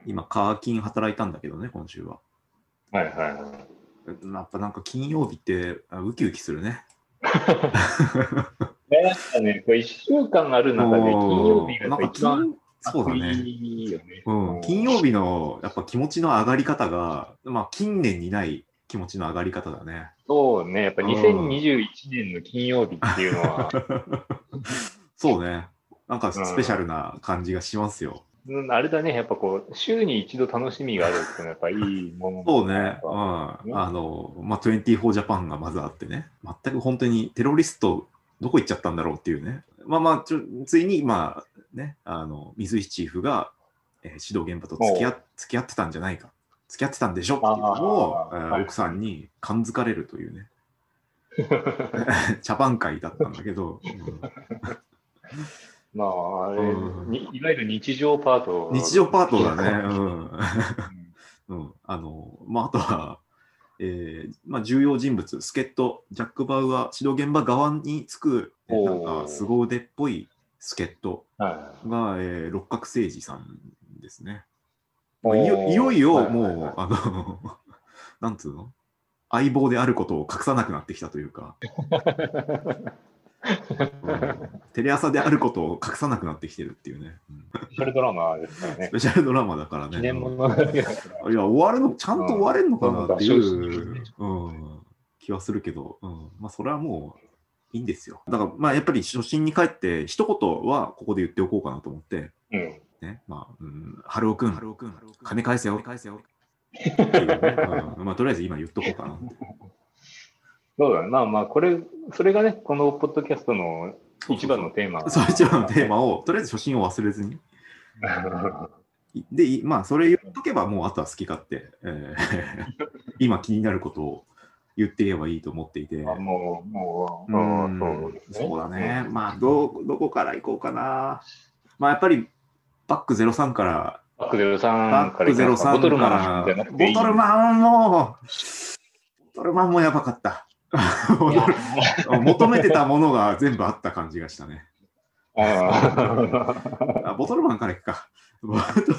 今、課金働いたんだけどね、今週は。 はいはいはい。 やっぱなんか金曜日ってウキウキするね。 ね、これ1週間ある中で金曜日がやっぱ一番そうだね。 いいよね。 金曜日のやっぱ気持ちの上がり方が、まあ近年にない気持ちの上がり方だね。 そうね、やっぱ2021年の金曜日っていうのは。 そうね。なんかスペシャルな感じがしますよ。 あれだね、やっぱこう、週に一度楽しみがあるっていうのはやっぱいいものそうね。まあ、24ジャパンがまずあってね。全く本当にテロリスト、どこ行っちゃったんだろうっていうね。ついに、ね、水石チーフが、指導現場と付き合ってたんじゃないか。付き合ってたんでしょっていうのを、奥さんに感づかれるというね。茶番会だったんだけど。 まあ、あれ、いわゆる日常パート。 日常パートだね。あとは、重要人物、助っ人、ジャック・バウアー、指導現場側につく、なんか、凄腕っぽい助っ人が、六角誠治さんですね。いよいよ、もう、なんつうの相棒であることを隠さなくなってきたというか、テレ朝であることを隠さなくなってきてるっていうね。 スペシャルドラマですからね。 スペシャルドラマだからね。 記念物だけだから。いや、終わるの、ちゃんと終われるのかなっていう気はするけど、まあ、それはもういいんですよ。だから、まあ、やっぱり初心に帰って、一言はここで言っておこうかなと思って、ね、まあ、春尾くん、金返せよ。まあ、とりあえず今言っとこうかなって。 そうだね。まあ、それがね、このポッドキャストの一番のテーマ。 そう、一番のテーマを、とりあえず初心を忘れずに。で、まあ、それ言っとけば、もうあとは好き勝手、今気になることを言っていけばいいと思っていて。そうだね。まあ、どこから行こうかな。まあ、やっぱり、バック03から、 バック03 ボトルマンじゃなくていい。ボトルマンもやばかった。求めてたものが全部あった感じがしたね。ボトルマンからいくか。ボ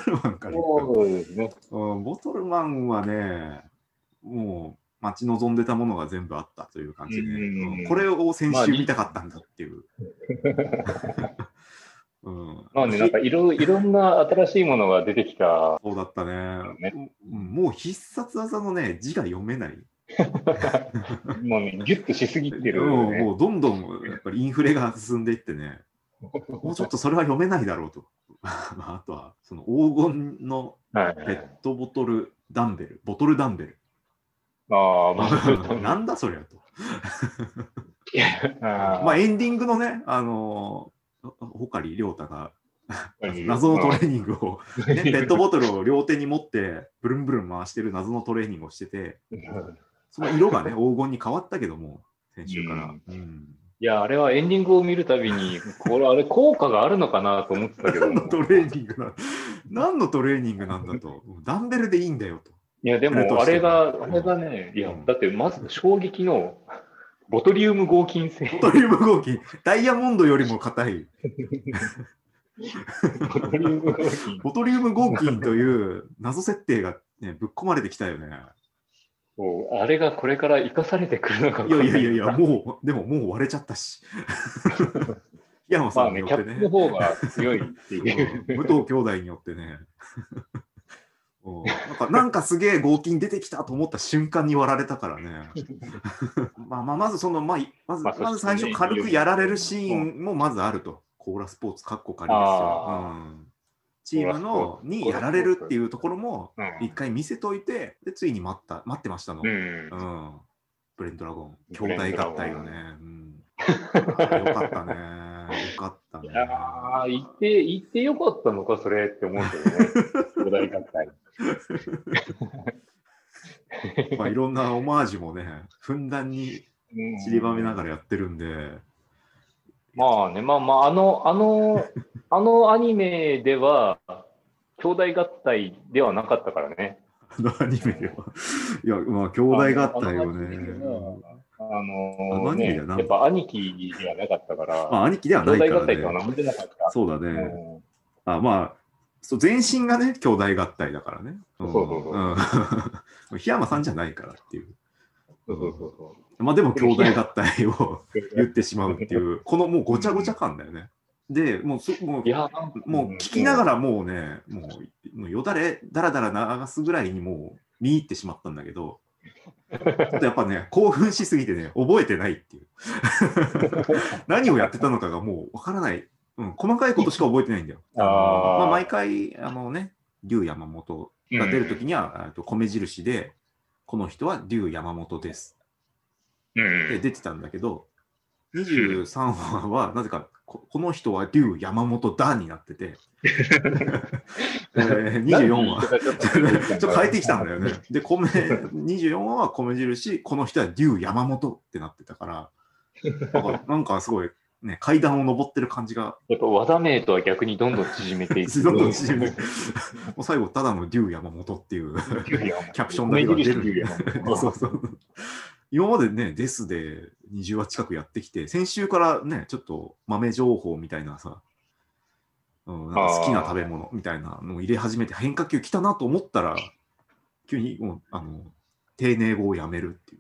トルマンはね、もう待ち望んでたものが全部あったという感じで、これを先週見たかったんだっていう。 まあね、なんかいろんな新しいものが出てきた。 そうだったね。もう必殺技のね、字が読めない。 もうね、ギュッとしすぎてる、 ね。もうどんどんやっぱりインフレが進んでいってね、もうちょっとそれは読めないだろうと。あとは、その黄金のペットボトルダンベル、ボトルダンベル。なんだそりゃと。まあエンディングのね、穂刈亮太が謎のトレーニングを、ペットボトルを両手に持ってブルンブルン回してる謎のトレーニングをしてて、その色がね黄金に変わったけども、先週から。 いや、あれはエンディングを見るたびに、あれ効果があるのかなと思ってたけど。 何のトレーニングなんだと。ダンベルでいいんだよと。 いや、でもあれがね、いや、だってまず衝撃のボトリウム合金性。 ボトリウム合金。ダイヤモンドよりも硬い。ボトリウム合金という謎設定が、ね、ぶっ込まれてきたよね。 あれがこれから生かされてくるのか。 いや、でももう割れちゃったし。檜山さんによってね。 キャップの方が強いっていう。 武藤兄弟によってね。なんかすげえ合金出てきたと思った瞬間に割られたからね。まず最初軽くやられるシーンもまずあると。コーラスポーツカッコ仮ですよ。チームにやられるっていうところも一回見せといて、でついに待ってましたの。ブレンドラゴン兄弟合体よね。よかったね。よかったね。 言ってよかったのかそれって思うけどね。兄弟合体。 いろんなオマージュもね、ふんだんに散りばめながらやってるんで。 まあね、あのアニメでは、兄弟合体ではなかったからね。 アニメでは。いや、まあ、兄弟合体をね。 やっぱ兄貴ではなかったから。 兄貴ではないからね。 兄弟合体とは何も出なかった。 そうだね。まあ、 そう全身がね、兄弟合体だからね。 そうそうそう。 檜山さんじゃないからっていう。 そうそうそうそう。 まあでも兄弟合体を言ってしまうっていう、このもうごちゃごちゃ感だよね。で、もう聞きながらもうね、もうよだれだらだら流すぐらいにもう見入ってしまったんだけど、ちょっとやっぱね、興奮しすぎてね、覚えてないっていう。何をやってたのかがもうわからない、細かいことしか覚えてないんだよ。毎回、竜山本が出るときには、米印で、この人は竜山本です。で、出てたんだけど、23話はなぜか、この人は竜山本だになってて、24話、ちょっと変えてきたんだよね。で、24話は米印、この人は竜山本ってなってたから、なんかすごい、ね、階段を登ってる感じが。 やっぱ技名とは逆にどんどん縮めていく。 どんどん縮めて。もう最後、ただの竜山本っていうキャプションだけが出る。そうそう。今までね、ですで20話近くやってきて、先週からね、ちょっと豆情報みたいなさ、なんか好きな食べ物みたいなのを入れ始めて変化球来たなと思ったら、急にもう丁寧語をやめるっていう。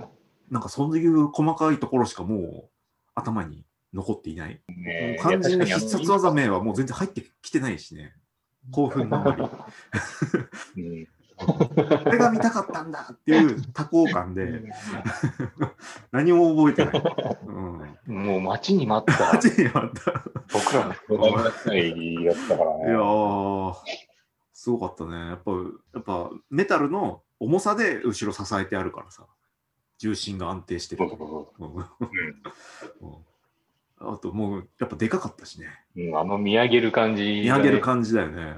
なんかそういう細かいところしかもう頭に残っていない。肝心な必殺技名はもう全然入ってきてないしね。興奮のあまり。これが見たかったんだっていう多幸感で何も覚えてない。 もう待ちに待った。僕らの子供だったからね。 いやー、すごかったね。やっぱメタルの重さで後ろ支えてあるからさ、重心が安定してる。あともうやっぱでかかったしね。 見上げる感じ。 見上げる感じだよね。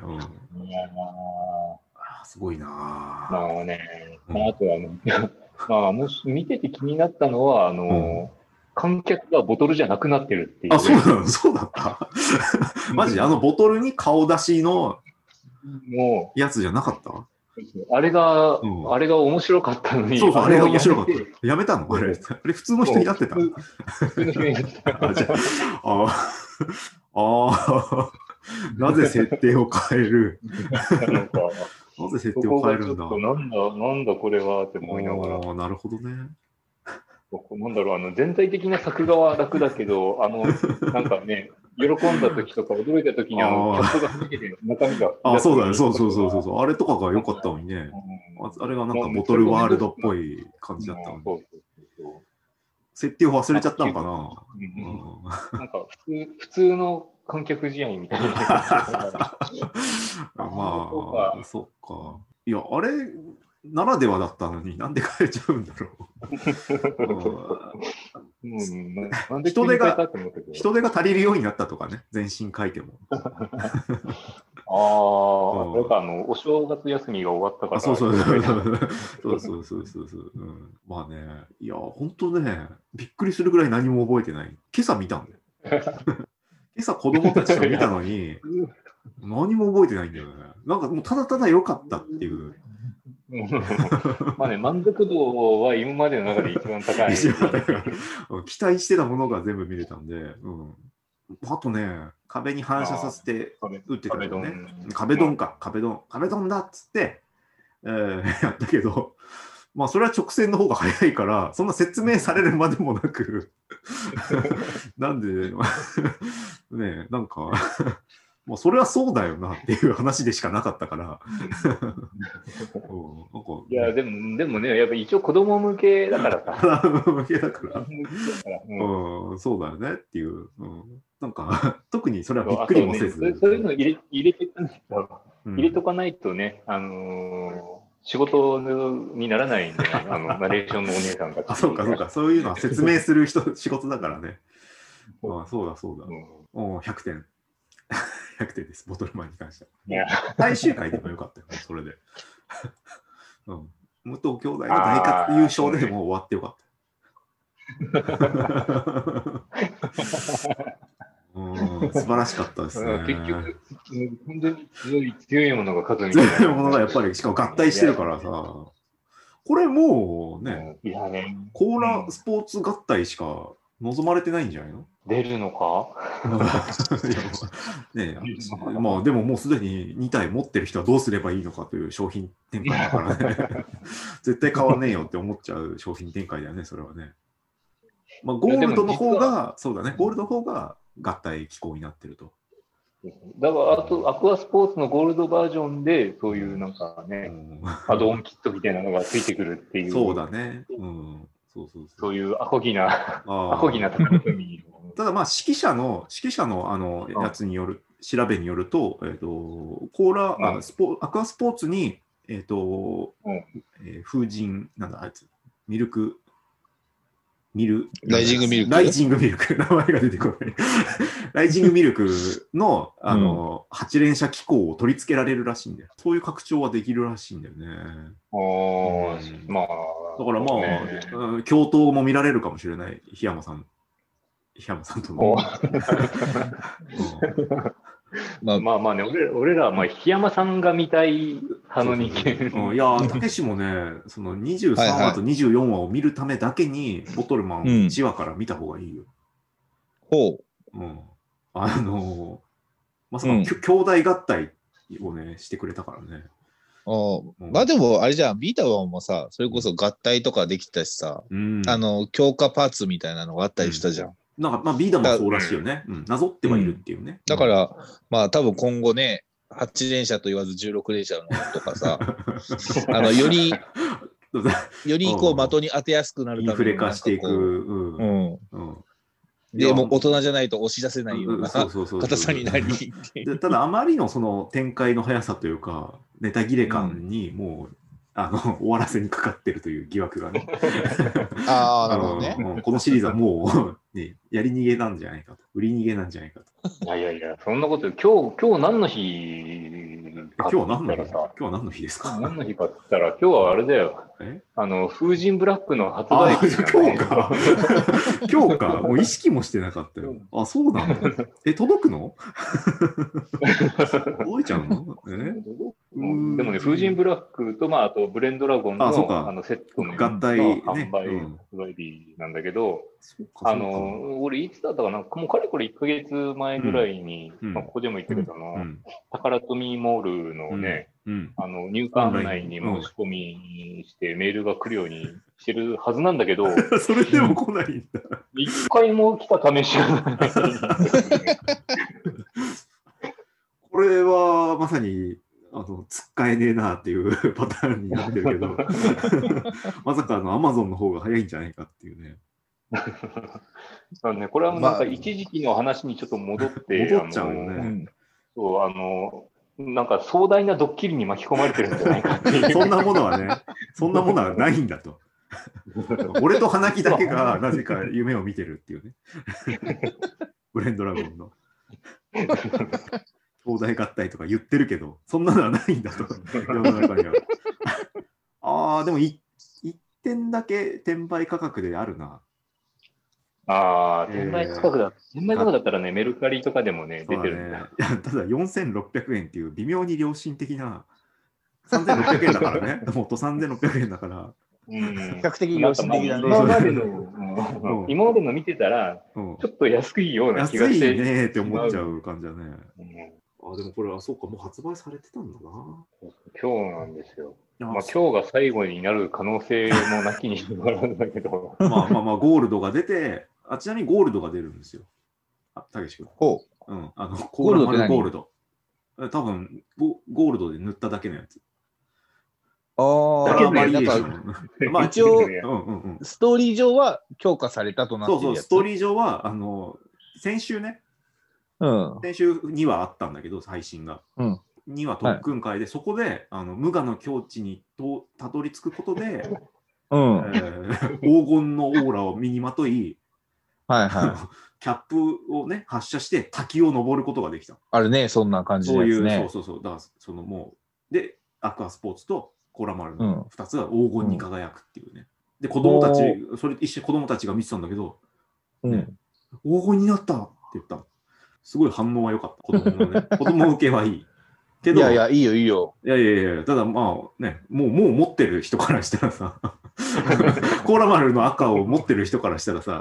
すごいなぁ。 まあね、あとはもし見てて気になったのは、観客がボトルじゃなくなってるっていう。 あ、そうだった。マジボトルに顔出しのやつじゃなかった？ あれが面白かったのに。 そう、あれが面白かった。やめたの？あれ普通の人になってた？普通の人になってた。 なぜ設定を変える？なぜ設定を変えるんだ？ なんだこれはって思いながら。 なるほどね。 なんだろう、全体的な作画は楽だけど、なんかね、喜んだ時とか驚いた時にキャップがはじけて中身が。 そうだね、そう。あれとかが良かったのにね。あれがなんかボトルワールドっぽい感じだったのに。設定を忘れちゃったのかな。なんか普通の観客試合みたいな。 まあ、そっか。いや、あれならではだったのになんで変えちゃうんだろう。人手が足りるようになったとかね、全身書いても。 あれか、お正月休みが終わったから。 そう。まあね、いや、本当ね、びっくりするぐらい何も覚えてない。今朝見たんだよ。今朝子供たちと見たのに、何も覚えてないんだよね。なんかもうただただ良かったっていう。 まあね、満足度は今までの中で一番高い。 期待してたものが全部見れたんで、あとね、壁に反射させて打ってたけどね。壁ドンだっつって、やったけど、まあそれは直線の方が早いから、そんな説明されるまでもなく、なんで、ね、なんか、もうそれはそうだよなっていう話でしかなかったから。 いや、でもね、やっぱ一応子供向けだからさ。 子供向けだから。そうだよねっていう。なんか、特にそれはびっくりもせず。 そういうの入れとかないとね、仕事にならないんで、ナレーションのお姉さんが。 そうか。そういうのは説明する仕事だからね。そうだ。100点。100点です、ボトルマンに関しては。最終回でもよかったよ、それで。武藤兄弟の大活優勝でもう終わってよかった。素晴らしかったですね。 結局、本当に強いものが勝つみたいな。 強いものがやっぱり、しかも合体してるからさ。これもうね、コーラスポーツ合体しか望まれてないんじゃないの？ 出るのかねまあでももうすでに2体持ってる人はどうすればいいのかという商品展開だからね。絶対買わねえよって思っちゃう商品展開だよね、それはね。まあゴールドの方が、そうだね、ゴールドの方が合体機構になってると。 だから、あと、アクアスポーツのゴールドバージョンで、そういうなんかね、アドオンキットみたいなのがついてくるっていう。 そうだね。 そういうアホギな楽しみ。 ただまあ指揮者のやつによる、調べによると、アクアスポーツに、風神、なんだ、あいつ、ライジングミルク。名前が出てこない。ライジングミルクの、8連射機構を取り付けられるらしいんだよ。そういう拡張はできるらしいんだよね。 まあ。 だからまあ、共闘も見られるかもしれない、檜山さんとの。 まあね、俺らはまあ檜山さんが見たい派の人間。 いや、たけしもね、その23話と24話を見るためだけに、ボトルマン1話から見た方がいいよ。 ほう。 まさか兄弟合体をね、してくれたからね。 まあでも、あれじゃん、ビータワンもさ、それこそ合体とかできたしさ、強化パーツみたいなのがあったりしたじゃん。 なんか、まあ、ビーダもそうらしいよね。なぞってはいるっていうね。 だから、まあ、多分今後ね、8連射と言わず16連射のとかさ、よりこう、的に当てやすくなるために。 インフレ化していく。 でも大人じゃないと押し出せないような硬さになり。 ただ、あまりのその展開の速さというか、ネタ切れ感にもう、終わらせにかかってるという疑惑がね。 なるほどね。 このシリーズはもう、ね、やり逃げなんじゃないかと。売り逃げなんじゃないかと。 いや、そんなこと今日何の日今日は何の日ですか？ 何の日かって言ったら、今日はあれだよ。風神ブラックの発売日。 今日か。もう意識もしてなかったよ。あ、そうなの？届くの？届いちゃうの？ でもね、風神ブラックと、あとブレンドラゴンのセットの合体販売日なんだけど、俺いつだったかな、もうかれこれ1ヶ月前ぐらいに、ここでも言ったけど、タカラトミーモールのね、入館内に申し込みしてメールが来るようにしてるはずなんだけど、 それでも来ないんだ。 一回も来た試しがない。 これはまさに、つっかえねえなっていうパターンになってるけど、まさかアマゾンの方が早いんじゃないかっていうね。 これはなんか一時期の話にちょっと戻って、 戻っちゃうよね。 なんか壮大なドッキリに巻き込まれてるんじゃないかっていう。 そんなものはないんだと。俺と花木だけがなぜか夢を見てるっていうね。ブレンドラゴンの。兄弟合体とか言ってるけど、そんなのはないんだと。世の中には。でも1点だけ転売価格であるな。 転売価格だったらね、メルカリとかでもね、出てるんだ。 ただ4600円っていう微妙に良心的な、3600円だからね。もっと3600円だから。 比較的良心的だね。 今までの見てたら、ちょっと安いような気がして。 安いねって思っちゃう感じだね。でもこれはそうか、もう発売されてたんだな。 今日なんですよ。今日が最後になる可能性もなきにしもあるんだけど。 まあ、ゴールドが出て、ちなみにゴールドが出るんですよ。たけし君。 コーラ丸ゴールド。多分ゴールドで塗っただけのやつ。 一応、ストーリー上は強化されたとなっているやつ。 ストーリー上は、先週ね、先週2話あったんだけど、配信が。2話特訓会で、そこで無我の境地にたどり着くことで、黄金のオーラを身にまとい、キャップをね、発射して滝を登ることができた。 あるね、そんな感じですね。 そう。だからもう、で、アクアスポーツとコーラ丸の2つが黄金に輝くっていうね。で、子供たちが見てたんだけど、黄金になったって言った。すごい反応は良かった。子供受けはいい。けど、 いや、いいよ。 いや、ただまあね、もう持ってる人からしたらさ、コーラ丸の赤を持ってる人からしたらさ、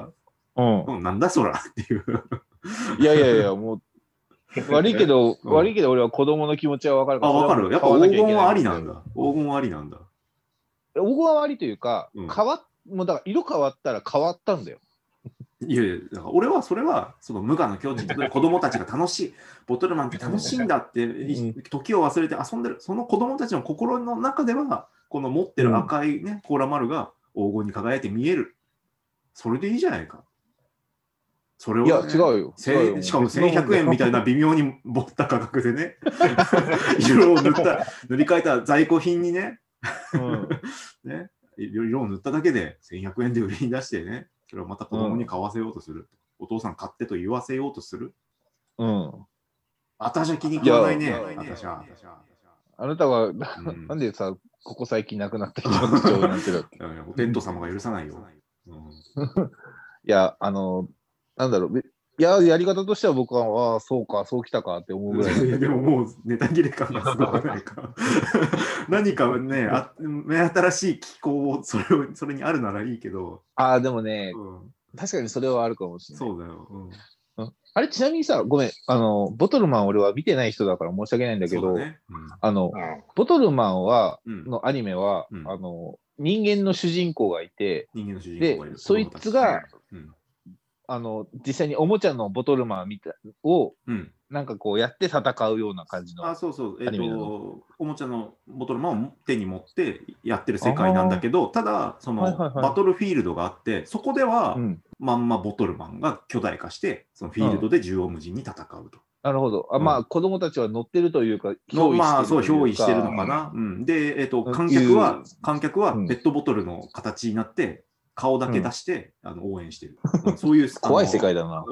なんだそらっていう。 いや、もう、悪いけど俺は子供の気持ちは分かるから。 分かる。やっぱ黄金はありなんだ。黄金はありなんだ。 黄金はありというか、もうだから色変わったら変わったんだよ。 いやだから俺はそれはその無我の境地で子供たちが楽しい、ボトルマンって楽しいんだって、時を忘れて遊んでる、その子供たちの心の中では、この持ってる赤いね、コーラ丸が黄金に輝いて見える。それでいいじゃないか。それを、ね、 いや、違うよ。 しかも1100円みたいな微妙にぼった価格でね、色を塗り替えた在庫品にね、ね、色を塗っただけで1100円で売りに出してね、それをまた子供に買わせようとする。お父さん買ってと言わせようとする。私は気に食わないね。私は。 あなたは、なんでさ、ここ最近亡くなった人の口調になってるわけ。 お天道様が許さないよ。 いや、なんだろう。いや、やり方としては僕は、そうか、そうきたかって思うぐらい。 でももうネタ切れ感がすごくないか。何かね、目新しい機構をそれにあるならいいけど。 でもね、確かにそれはあるかもしれない。 そうだよ。 あれ、ちなみにさ、ごめん、ボトルマン俺は見てない人だから申し訳ないんだけど、ボトルマンのアニメは、人間の主人公がいて、で、そいつが、実際におもちゃのボトルマンを、なんかこうやって戦うような感じの。 そうそう。おもちゃのボトルマンを手に持ってやってる世界なんだけど、ただ、そのバトルフィールドがあって、そこでは、まんまボトルマンが巨大化して、そのフィールドで縦横無尽に戦うと。 なるほど。まあ、子供たちは乗ってるというか、 憑依してるのかな。で、観客はペットボトルの形になって、顔だけ出して、応援してる。そういう怖い世界だな。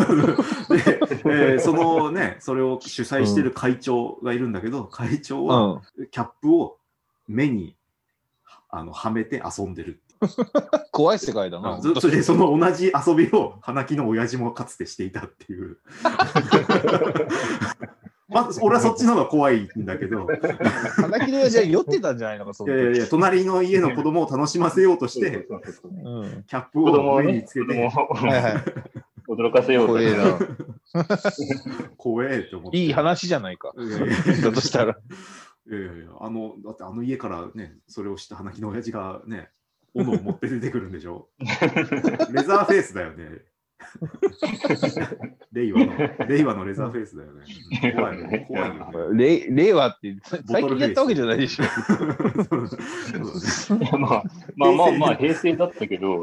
で、そのね、それを主催してる会長がいるんだけど、会長はキャップを目にはめて遊んでる。 怖い世界だな。 それでその同じ遊びを花木の親父もかつてしていたっていう。俺はそっちの方が怖いんだけど。 花木の親父は酔ってたんじゃないのか、 いや、隣の家の子供を楽しませようとして、キャップを目につけて、 驚かせようと。 怖えって思って。 いい話じゃないか。だとしたら。 だって家からね、それを知った花木の親父がね、斧を持って出てくるんでしょ。レザーフェイスだよね。令和のレザーフェイスだよね。怖いよ。 令和って最近やったわけじゃないでしょ。 まあ平成だったけど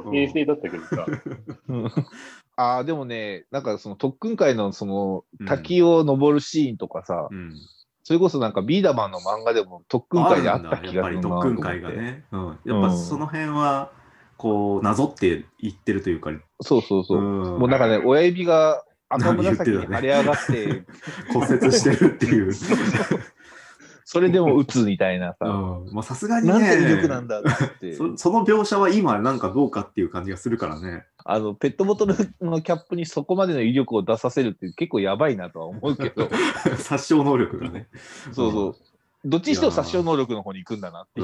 さ。でもね、なんかその特訓会のその滝を登るシーンとかさ、それこそなんかビーダマンの漫画でも特訓会であった気がするな。 やっぱり特訓会がね。やっぱその辺はこうなぞっていってるというか。 そう。もうなんかね、親指が赤紫に腫れ上がって骨折してるっていう。 それでも打つみたいなさ。 さすがにね。 なんて威力なんだってその描写は今なんかどうかっていう感じがするからね。 ペットボトルのキャップにそこまでの威力を出させるって結構やばいなとは思うけど。 殺傷能力がね。 そう。どっちにしても殺傷能力の方に行くんだなっていう。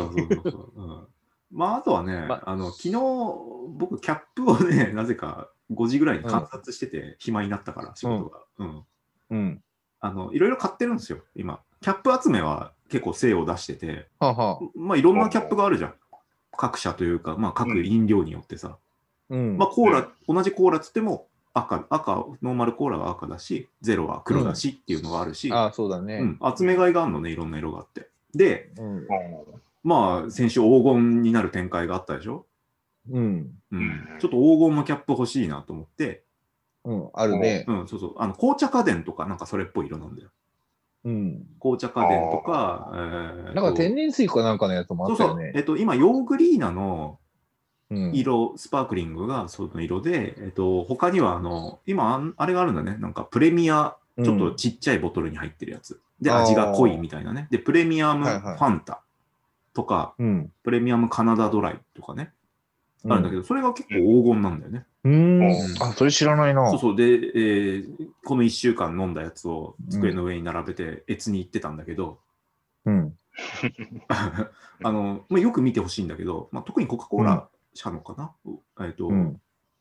あとはね、昨日僕キャップをね、なぜか5時ぐらいに観察してて、暇になったから仕事が。いろいろ買ってるんですよ、今。キャップ集めは結構精を出してて、いろんなキャップがあるじゃん。各社というか、各飲料によってさ。コーラ、同じコーラっつっても赤、ノーマルコーラが赤だし、ゼロは黒だしっていうのがあるし、 そうだね。 集めがいがあるのね、いろんな色があって。で、先週黄金になる展開があったでしょ。ちょっと黄金のキャップ欲しいなと思って。 あるね。 そう。紅茶家電とかなんかそれっぽい色なんだよ。紅茶家電とか、 なんか天然水かなんかのやつもあったよね。 今、ヨーグリーナの色、スパークリングがその色で、他には今、あれがあるんだね。なんかプレミア、ちょっとちっちゃいボトルに入ってるやつ。で、味が濃いみたいなね。で、プレミアムファンタとか、プレミアムカナダドライとかね。あるんだけど、それが結構黄金なんだよね。 それ知らないな。 そう。で、この1週間飲んだやつを机の上に並べて、越に行ってたんだけど、よく見てほしいんだけど、特にコカ・コーラ社のかな、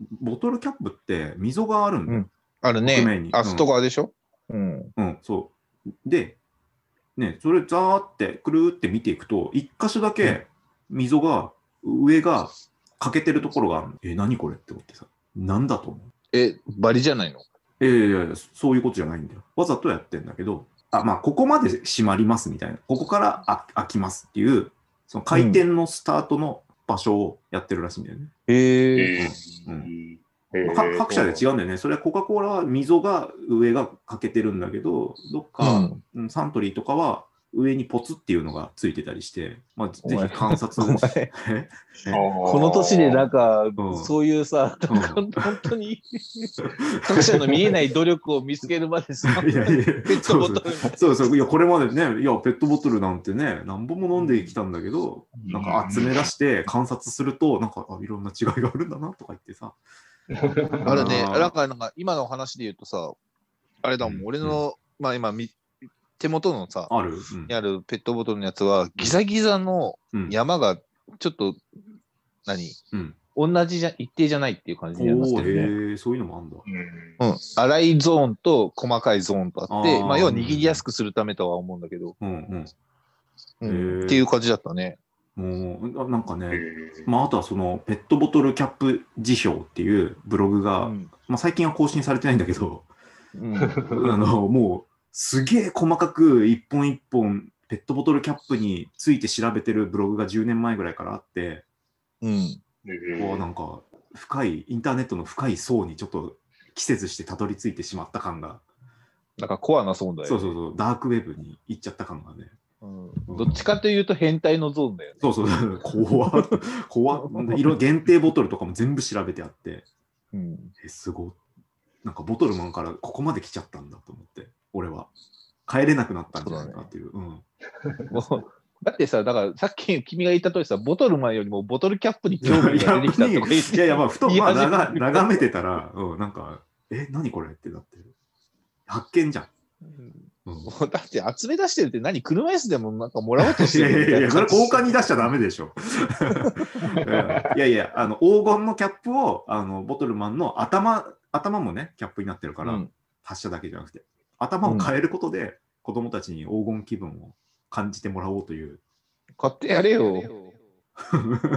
ボトルキャップって溝があるんだよ。 あるね。外側でしょ。 そう。で、ね、それザーってくるって見ていくと、一箇所だけ溝が、上が欠けてるところがあるの。何これって思ってさ。なんだと思う？ バリじゃないの？ いや、そういうことじゃないんだよ。わざとやってんだけど、ここまで閉まりますみたいな。ここから開きますっていう、その回転のスタートの場所をやってるらしいんだよね。各社で違うんだよね。それはコカ・コーラは溝が上が欠けてるんだけど、どっか、サントリーとかは上にポツっていうのがついてたりして、ぜひ観察この年でなんか、そういうさ、本当に各社の見えない努力を見つけるまでさ、ペットボトル。 そう、いや、これまでね、いや、ペットボトルなんてね、何本も飲んできたんだけど、なんか集め出して観察すると、なんか、いろんな違いがあるんだなとか言ってさ。 あれね、なんか今の話で言うとさ、あれだもん、俺の、今、手元のさ、あるペットボトルのやつは、ギザギザの山がちょっと、同じ一定じゃないっていう感じになりますけどね。 そういうのもあるんだ。粗いゾーンと細かいゾーンとあって、要は握りやすくするためとは思うんだけど、っていう感じだったね。 なんかね、あとはそのペットボトルキャップ辞表っていうブログが、最近は更新されてないんだけど、もうすげえ細かく一本一本ペットボトルキャップについて調べてるブログが10年前ぐらいからあって、なんかインターネットの深い層にちょっと季節してたどり着いてしまった感が、 なんかコアなゾーンだよね。 そう、ダークウェブに行っちゃった感がね。 どっちかというと変態のゾーンだよね。 そう、怖色限定ボトルとかも全部調べてあって、すごい。なんかボトルマンからここまで来ちゃったんだと思って、俺は。帰れなくなったんじゃないかっていう。 だってさ、だからさっき君が言った通りさ、ボトルマンよりもボトルキャップに興味が出てきたとか言って。 いや、ふと眺めてたら、なんか、何これってなってる。発見じゃん。 だって集め出してるって車椅子でもなんかもらおうとしてるいや、それ交換に出しちゃダメでしょ。いや、黄金のキャップを、ボトルマンの頭もね、キャップになってるから、発射だけじゃなくて、頭を変えることで、子供たちに黄金気分を感じてもらおうという。 買ってやれよ。 こ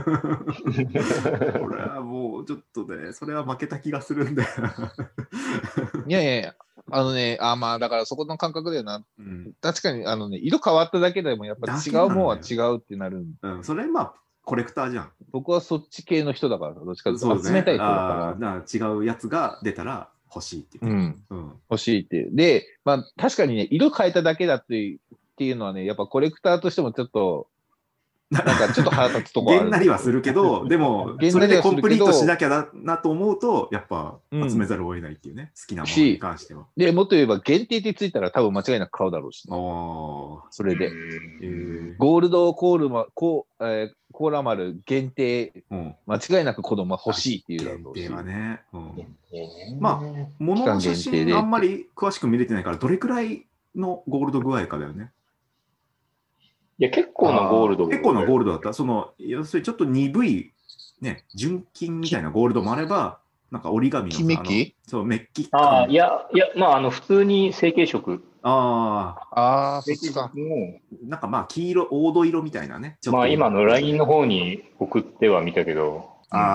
れはもうちょっとね、それは負けた気がするんだよ。 いや、だからそこの感覚だよな。確かに、色変わっただけでもやっぱ違うもんは違うってなる。 それコレクターじゃん。 僕はそっち系の人だから、どっちかというと集めたい人だから。違うやつが出たら欲しいっていう。 欲しいっていう。で、確かにね、色変えただけだっていうのはね、やっぱコレクターとしてもちょっと、なんかちょっと腹立つとこある。 げんなりはするけど、でも、それでコンプリートしなきゃなと思うと、やっぱ集めざるを得ないっていうね、好きなものに関しては。 で、もっと言えば限定ってついたら多分間違いなく買うだろうし、それで。ゴールドコーラ丸限定、間違いなく子供は欲しいっていうだろうし。 限定はね。物の写真あんまり詳しく見れてないから、どれくらいのゴールド具合かだよね。 いや、結構なゴールド。 結構なゴールドだった。要するにちょっと鈍い、ね、純金みたいなゴールドもあれば、なんか折り紙のさ、 メッキいや、普通に成型色。 そっちか。 なんか黄色、黄土色みたいなね。 今の LINE の方に送っては見たけど。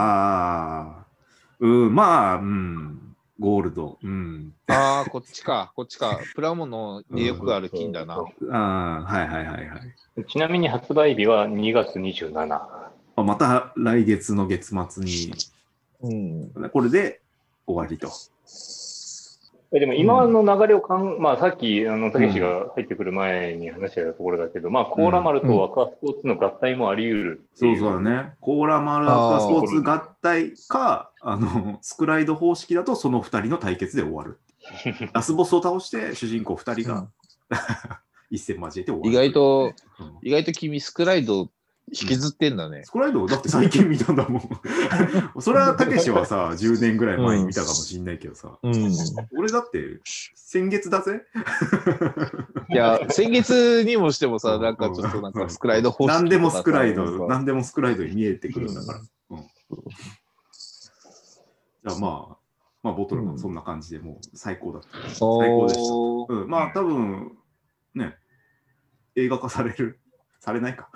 ゴールド。 こっちか。プラモのでよくある金だな。 ちなみに発売日は2月27。 また来月の月末に、これで終わりと。 でも今の流れをさっき、たけしが入ってくる前に話してたところだけど、コーラ丸とアクアスポーツの合体もあり得る。 そうだね。コーラ丸アクアスポーツ合体か、スクライド方式だとその2人の対決で終わる。ラスボスを倒して主人公2人が一戦交えて終わる。 意外と君スクライド引きずってんだね。 スクライドだって最近見たんだもん。それはたけしはさ、10年ぐらい前に見たかもしんないけどさ。俺だって先月だぜ。 いや、先月にもしてもさ、なんかちょっとなんかスクライド方式。 何でもスクライドに見えてくるんだから。じまあ、ボトルもそんな感じでもう最高だった。最高でした。まあ、多分、ね、映画化されないか。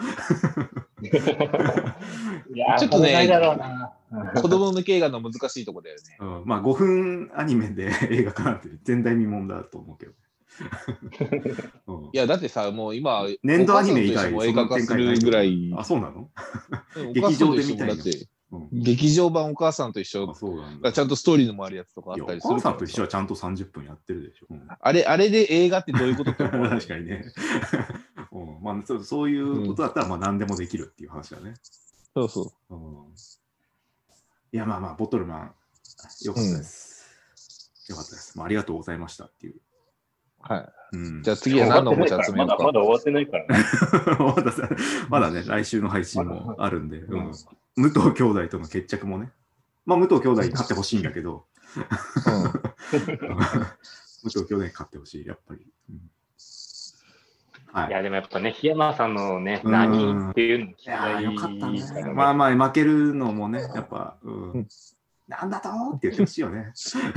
いやちょっとね、子供向け映画の難しいとこだよね。 まあ、5分アニメで映画化なんて前代未聞だと思うけど。 いや、だってさ、もう今、 年度アニメ以外も映画化するぐらい。 あ、そうなの？劇場で見たいの。 劇場版お母さんと一緒。ちゃんとストーリーのもあるやつとかあったりする。 お母さんと一緒はちゃんと30分やってるでしょ。 あれで映画ってどういうことって思う？ 確かにね。まあ、そういうことだったらまあ何でもできるっていう話だね。 そうそう。 いや、まあ、ボトルマン、よかったです。よかったです。ありがとうございましたっていう。 はい。じゃあ次は何のおもちゃ集めようか。 まだ終わってないからね。 まだね、来週の配信もあるんで、武藤兄弟との決着もね。まあ、武藤兄弟に勝ってほしいんだけど、武藤兄弟に勝ってほしい、やっぱり。 いや、でもやっぱね、檜山さんのね、何っていうのいや、よかったね。まあまあ、負けるのもね、やっぱ、なんだとって言ってほしいよね。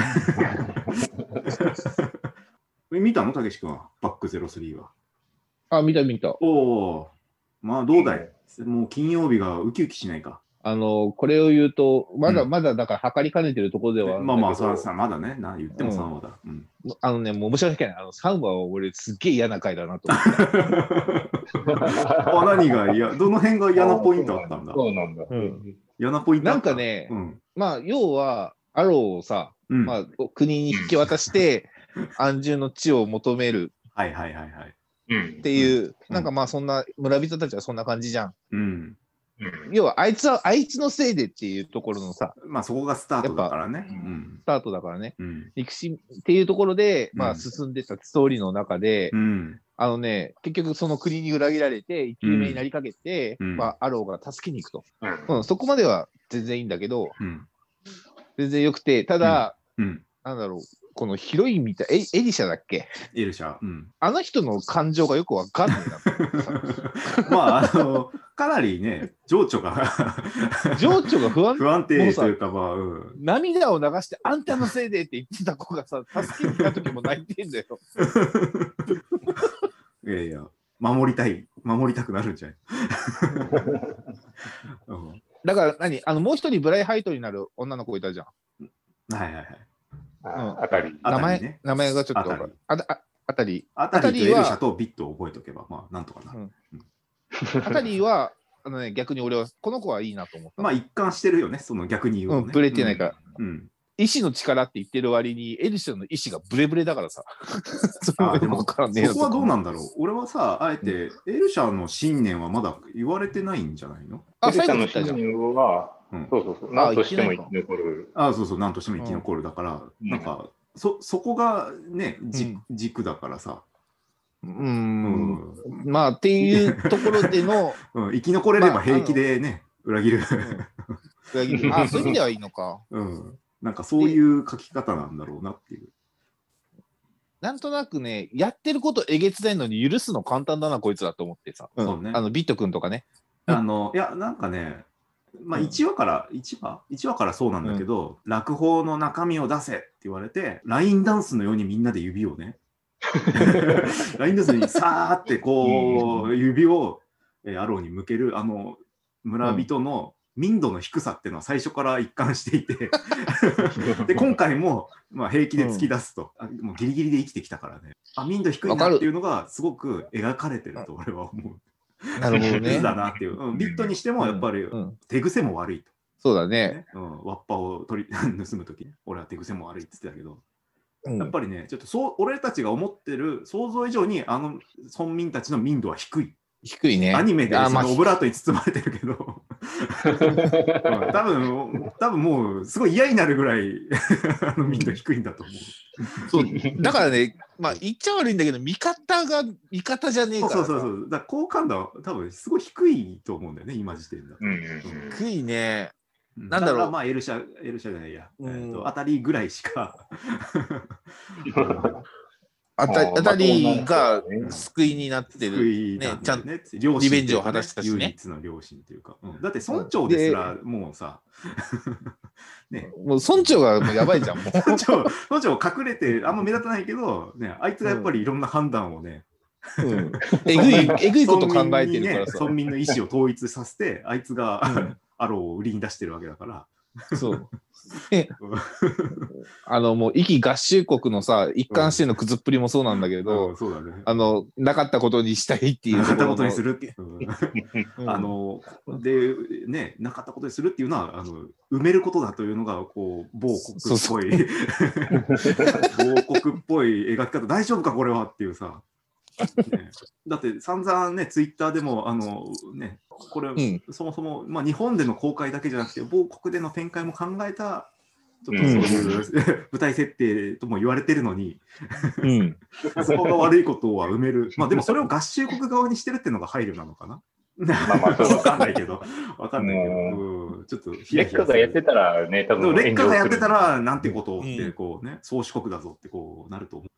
見たのたけし君は、バック03は。 あ、見た。 おお、まあどうだい、もう金曜日がウキウキしないか。 これを言うと、まだだから測りかねてるところではあるんだけど。 まあ、さ、まだね、言っても3話だ。 もう申し訳ない。3話は俺すっげえ嫌な回だなと思って。 何が嫌？どの辺が嫌なポイントあったんだ？ そうなんだ。 嫌なポイントなんかね、まあ、要は、アローをさ、まあ、国に引き渡して、安住の地を求める。 はい。 っていう、なんかまあ、そんな、村人たちはそんな感じじゃん。要はあいつのせいでっていうところのさ、 まあそこがスタートだからね。 スタートだからね。憎しっていうところで、まあ進んでたストーリーの中で、結局その国に裏切られて、生き埋めになりかけて、まあアローが助けに行くと。そこまでは全然いいんだけど、全然よくて、ただ、なんだろう、このヒロインみたい、エリシャだっけ？ エリシャ。 あの人の感情がよくわかんないなと。 まあ、かなりね、情緒が不安定というか、まあ、 涙を流して、あんたのせいでって言ってた子がさ、助けに来た時も泣いてんだよ。 いや、守りたくなるんじゃない。 だからもう一人ブライハイトになる女の子いたじゃん。 はい。 名前がちょっとあたりとエルシャとビットを覚えとけば、まあ、なんとかなる。 あたりは、逆に俺は、この子はいいなと思った。 まあ、一貫してるよね、その逆に言うとね。 ブレてないから。意志の力って言ってる割に、エルシャの意志がブレブレだからさ。 でも、そこはどうなんだろう。俺はさ、あえて、エルシャの信念はまだ言われてないんじゃないの？ エルシャの信念は、そう。何としても生き残る。 そう、何としても生き残る。だから、なんか、そこがね、軸だからさ。 まあ、っていうところでの。 生き残れれば平気でね、裏切る。 そういう意味ではいいのか。 なんかそういう書き方なんだろうなっていう。 なんとなくね、やってることえげつないのに許すの簡単だな、こいつらと思ってさ。 そうね。 ビット君とかね。 いや、なんかね、まあ1話からそうなんだけど、落砲の中身を出せって言われて、ラインダンスのようにみんなで指をね、ラインダンスにさーってこう、指をアローに向ける、村人の民度の低さっていうのは最初から一貫していてで、今回も、まあ、平気で突き出すと、もうギリギリで生きてきたからね、民度低いなっていうのがすごく描かれてると俺は思う。 なるほどね。 だなっていう。ビットにしてもやっぱり手癖も悪いと。 そうだね。 ワッパを盗むとき、俺は手癖も悪いって言ってたけど、やっぱりね、ちょっと俺たちが思ってる想像以上に村民たちの民度は低い。 低いね。 アニメでオブラートに包まれてるけど、多分もうすごい嫌になるぐらい民度低いんだと思う。 そうだからね、まあ言っちゃ悪いんだけど、味方じゃねえから。 そう。だから好感度は多分すごい低いと思うんだよね、今時点だと。 低いね。 なんだろう。まあエルシャじゃないや。あたりぐらいしか。 あたりが救いになってる、ね、ちゃんとリベンジを果たしたしね。 唯一の両親というか、だって村長ですらもうさ、 ね、もう村長がもうやばいじゃん。 村長隠れてあんま目立たないけど、ね、あいつがやっぱりいろんな判断をね、 えぐいこと考えてるからさ。 村民の意思を統一させて、あいつが、アローを売りに出してるわけだから。 そう。もう、壱岐合衆国のさ、一貫してのくずっぷりもそうなんだけど、 そうだね。 なかったことにしたいっていう。 なかったことにするって。で、ね、なかったことにするっていうのは、埋めることだというのが、こう、某国っぽい、某国っぽい描き方、大丈夫か、これはっていうさ。ね、だって散々ね、ツイッターでも、ね、これ、そもそも、まあ、日本での公開だけじゃなくて、某国での展開も考えた、ちょっとそういう舞台設定とも言われてるのに、そこが悪いことは埋める。まあ、でもそれを合衆国側にしてるっていうのが配慮なのかな。わかんないけど、ちょっと劣化がやってたらね、多分劣化がやってたら、なんてことをって、こうね、宗主国だぞってこうなると思う。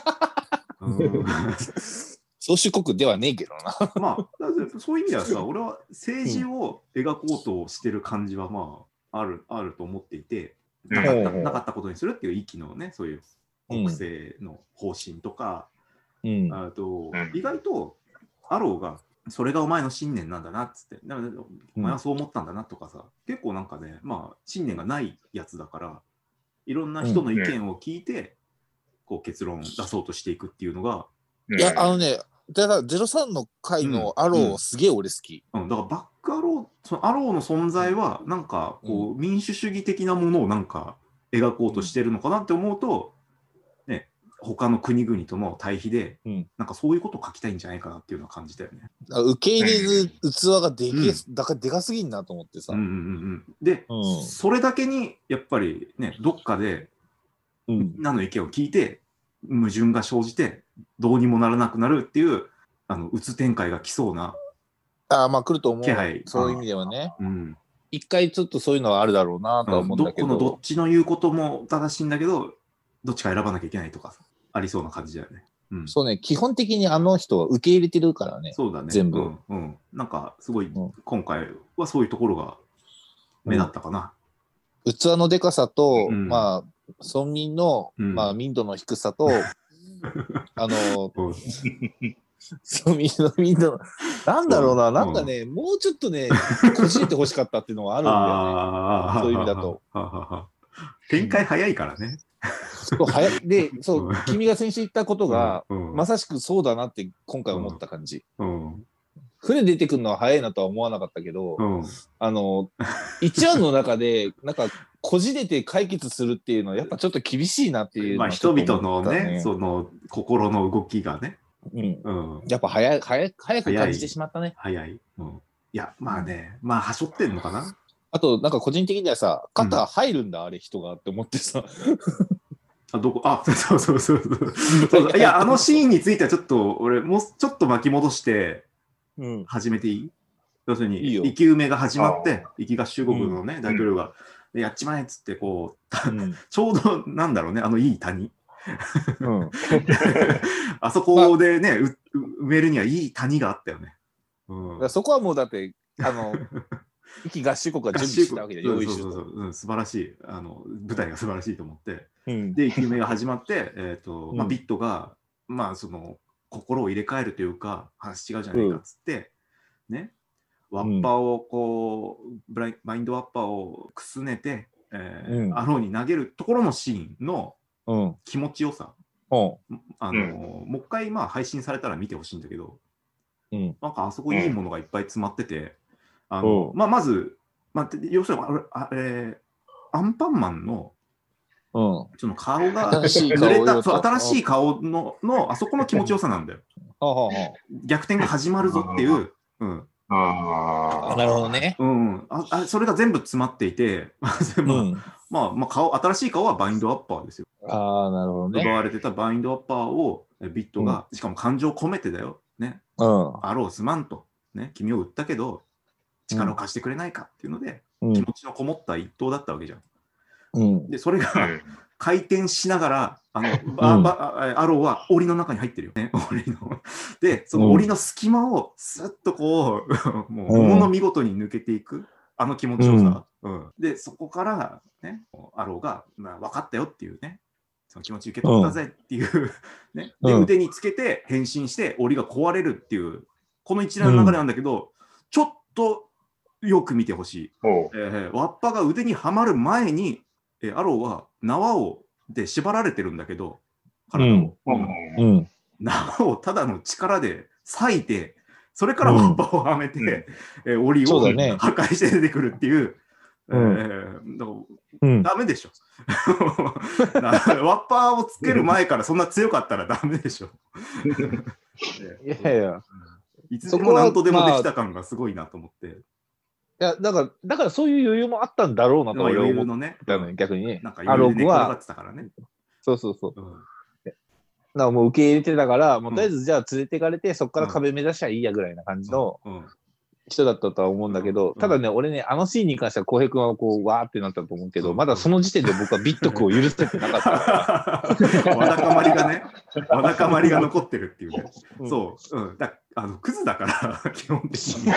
宗主国ではねえけどな。 まあ、そういう意味ではさ、俺は政治を描こうとしてる感じは、まあ、あると思っていて、なかったことにするっていう域のね、そういう国政の方針とか、あと、意外と、アローが、それがお前の信念なんだなっつって、お前はそう思ったんだなとかさ、結構なんかね、まあ、信念がないやつだから、いろんな人の意見を聞いて、こう結論出そうとしていくっていうのが。 いや、だから03の回のアローすげえ俺好き。 だからバックアロー、そのアローの存在は、なんかこう、民主主義的なものをなんか描こうとしてるのかなって思うと、ね、他の国々との対比で、なんかそういうことを書きたいんじゃないかなっていうのは感じたよね。 受け入れる器がでかすぎんなと思ってさ。 で、それだけにやっぱりね、どっかで、みんなの意見を聞いて矛盾が生じてどうにもならなくなるっていううつ展開が来そうなまあ来ると思う。そういう意味ではね。一回ちょっとそういうのはあるだろうなとは思うんだけど。 どっちの言うことも正しいんだけど、どっちか選ばなきゃいけないとかありそうな感じだよね。 そうね、基本的にあの人は受け入れてるからね。 そうだね。 全部。 なんかすごい、今回はそういうところが目立ったかな。 器のでかさと、まあ、村民の、まあ、民度の低さと、民度、なんだろうな、なんかね、もうちょっとね、こじれてほしかったっていうのはあるんだよね。そういう意味だと。 展開早いからね。 で、君が先週言ったことが、まさしくそうだなって今回思った感じ。船出てくるのは早いなとは思わなかったけど、一話の中で、なんか、こじれて解決するっていうのは、やっぱちょっと厳しいなっていう。 まあ、人々のね、その心の動きがね。 やっぱ早く感じてしまったね。 早い。いや、まあね、まあ、はしょってんのかな。 あと、なんか個人的にはさ、肩入るんだ、あれ、人がって思ってさ。 そういや、あのシーンについてはちょっと、俺、もうちょっと巻き戻して、始めていい？要するに、生き埋めが始まって、生き合衆国のね、大統領が、やっちまえっつって、こう、ちょうど、なんだろうね、いい谷。あそこでね、埋めるにはいい谷があったよね。 そこはもうだって、生き合衆国が準備したわけで、用意して素晴らしい、舞台が素晴らしいと思って。で、生き埋めが始まって、ビットが、まあ、その、心を入れ替えるというか、話違うじゃないかっつって、ね、ワッパをこう、バインドワッパをくすねて、アローに投げるところのシーンの気持ちよさ、もう一回まあ配信されたら見てほしいんだけど、なんかあそこいいものがいっぱい詰まってて、まず、要するにアンパンマンのその顔が新しい顔のあそこの気持ちよさなんだよ。逆転が始まるぞっていう。 なるほどね。 それが全部詰まっていて、新しい顔はバインドアッパーですよ。 なるほどね。 奪われてたバインドアッパーをビットが、しかも感情を込めてだよ。ね。アローすまんと。ね。君を売ったけど、力を貸してくれないかっていうので、気持ちのこもった一投だったわけじゃん。で、それが、 回転しながら、アローは檻の中に入ってるよね。で、その檻の隙間をスッとこう、もう、もの見事に抜けていく、あの気持ちよさ。で、そこから、ね、アローが、分かったよっていうね、その気持ち受け取ったぜっていう、ね、で、腕につけて変身して、檻が壊れるっていう、この一連の流れなんだけど、ちょっとよく見てほしい。ワッパが腕にはまる前に、アローは縄で縛られてるんだけど、体を。縄をただの力で裂いて、それからワッパをはめて、檻を破壊して出てくるっていう。ダメでしょ。ワッパーをつける前からそんな強かったらダメでしょ。 いやいや。 いつでも何とでもできた感がすごいなと思って。 いや、だからそういう余裕もあったんだろうなと余裕のね。 逆にね。 なんか余裕で寝転がってたからね。 そう。だからもう受け入れてたから、もうとりあえずじゃあ連れていかれて、そこから壁目指しゃいいやぐらいな感じの人だったとは思うんだけど、ただね、俺ね、あのシーンに関しては浩平君はこう、わーってなったと思うけど、まだその時点で僕はビットクを許せてなかった。 わだかまりがね、わだかまりが残ってるっていうね。そう。クズだから、基本的に。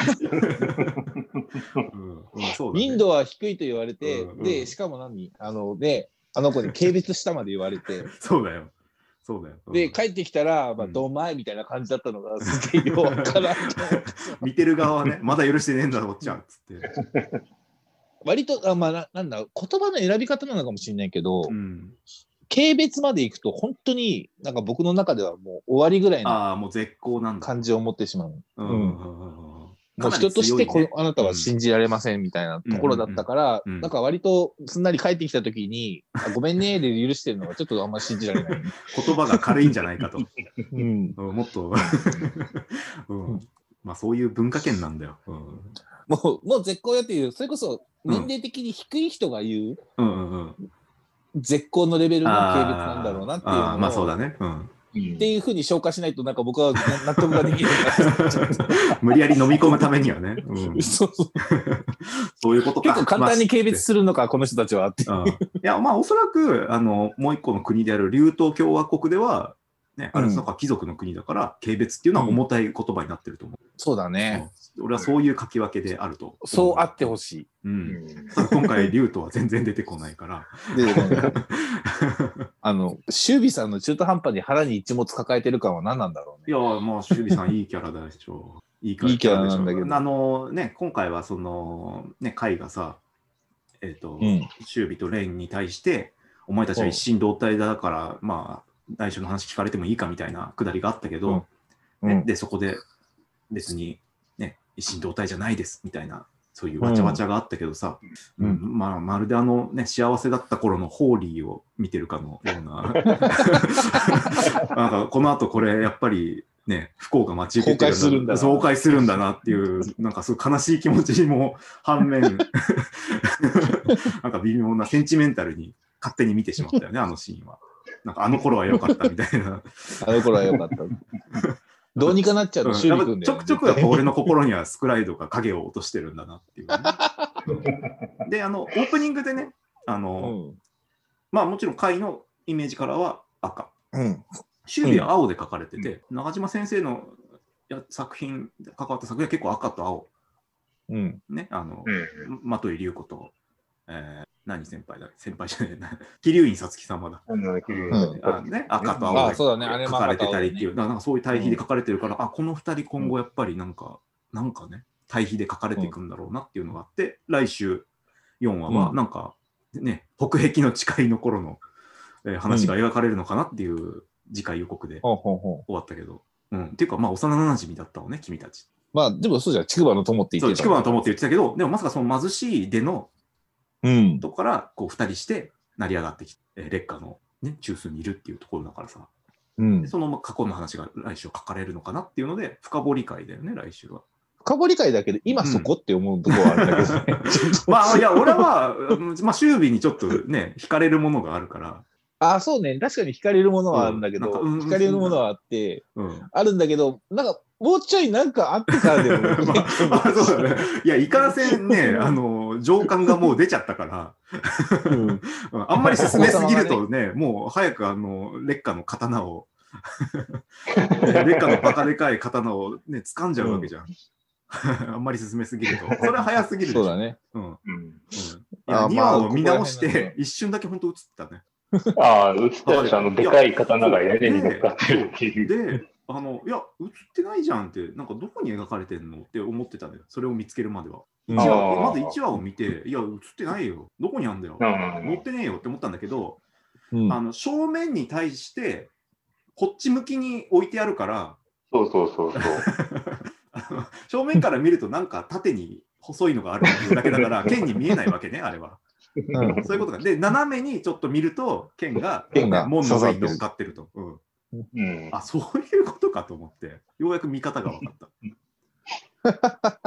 民度は低いと言われて、で、しかもあの子に軽蔑したまで言われて。 そうだよ。 で、帰ってきたら、どんまいみたいな感じだったのが、すげえよわからん。 見てる側はね、まだ許してねえんだろ、おっちゃん、つって。 割と、言葉の選び方なのかもしれないけど、軽蔑までいくと、本当に、なんか僕の中ではもう終わりぐらいの感じを持ってしまう。もう人としてあなたは信じられませんみたいなところだったから、なんか割とすんなり帰ってきたときに、ごめんねで許してるのがちょっとあんま信じられない。 言葉が軽いんじゃないかと。もっと、まあそういう文化圏なんだよ。 もう絶好やっていう、それこそ年齢的に低い人が言う、絶好のレベルの軽蔑なんだろうなっていうのを。 まあそうだね。 っていうふうに消化しないと、なんか僕は納得ができない。 無理やり飲み込むためにはね。そういうことか。 結構簡単に軽蔑するのか、この人たちはって。いや、まあおそらく、もう一個の国である琉東共和国では、ね、あれなんか貴族の国だから、軽蔑っていうのは重たい言葉になってると思う。 そうだね。 俺はそういう書き分けであると。 そうあってほしい。 今回、竜とは全然出てこないから。 シュービさんの中途半端に腹に一物抱えてる感は何なんだろうね。いや、まあ、シュービさんいいキャラでしょう。いいキャラなんだけど。今回はその、ね、カイがさ、シュービとレンに対して、お前たちは一心同体だから、まあ、内緒の話聞かれてもいいかみたいなくだりがあったけど、で、そこで別に、ね、一心同体じゃないですみたいな、そういうわちゃわちゃがあったけどさ、まあ、まるでね、幸せだった頃のホーリーを見てるかのような、なんかこの後これやっぱりね、不幸が待ち受けてる崩壊するんだなっていう、なんかすごい悲しい気持ちも反面、なんか微妙なセンチメンタルに勝手に見てしまったよね、あのシーンは。なんかあの頃は良かったみたいな。 あの頃は良かった。どうにかなっちゃうの、 ちょくちょくやっぱ俺の心にはスクライドが影を落としてるんだなっていう、ね。で、オープニングでね、まあもちろん回のイメージカラーは赤。シュービは青で描かれてて、中島先生の作品、関わった作品は結構赤と青。ね、的井龍子と、何先輩じゃない、桐生院さつき様だ。赤と青で書かれてたりっていう、なんかそういう対比で書かれてるから、この2人今後やっぱりなんかね、対比で書かれていくんだろうなっていうのがあって、来週4話はなんかね、北壁の誓いの頃の話が描かれるのかなっていう次回予告で終わったけど、っていうかまあ幼馴染だったのね、君たち。 まあでもそうじゃん、筑波の友って言ってた。 筑波の友って言ってたけど、でもまさかその貧しい出のとこからこう2人して成り上がってきて、烈火の、ね、中枢にいるっていうところだからさ、でその過去の話が来週書かれるのかなっていうので、深掘り会だよね、来週は。 深掘り会だけど、今そこって思うところはあるんだけどね。 まあ、いや、俺は、まあ、周囲にちょっとね、惹かれるものがあるから、 そうね。確かに惹かれるものはあるんだけど、惹かれるものはあって、あるんだけど、なんか、もうちょいなんかあってからでも、 そうだね。いや、いかんせんね、情感がもう出ちゃったから、あんまり進めすぎるとね、もう早く烈火の刀を、烈火のバカでかい刀をね、掴んじゃうわけじゃん。あんまり進めすぎると。それは早すぎるでしょ。 そうだね。 いや、2話を見直して、一瞬だけ本当映ってたね。 映ってたでかい刀が屋根に乗っかってるっていう。 で、いや、映ってないじゃんって、なんかどこに描かれてんのって思ってたんだよ。それを見つけるまでは。まず1話を見て、いや、映ってないよ。どこにあんだよ。乗ってねえよって思ったんだけど、正面に対して、こっち向きに置いてあるから、 そう。 正面から見るとなんか縦に細いのがあるだけだから剣に見えないわけね、あれは。そういうことが。で、斜めにちょっと見ると剣が門の上に乗っかってると。そういうことかと思って、ようやく見方が分かった。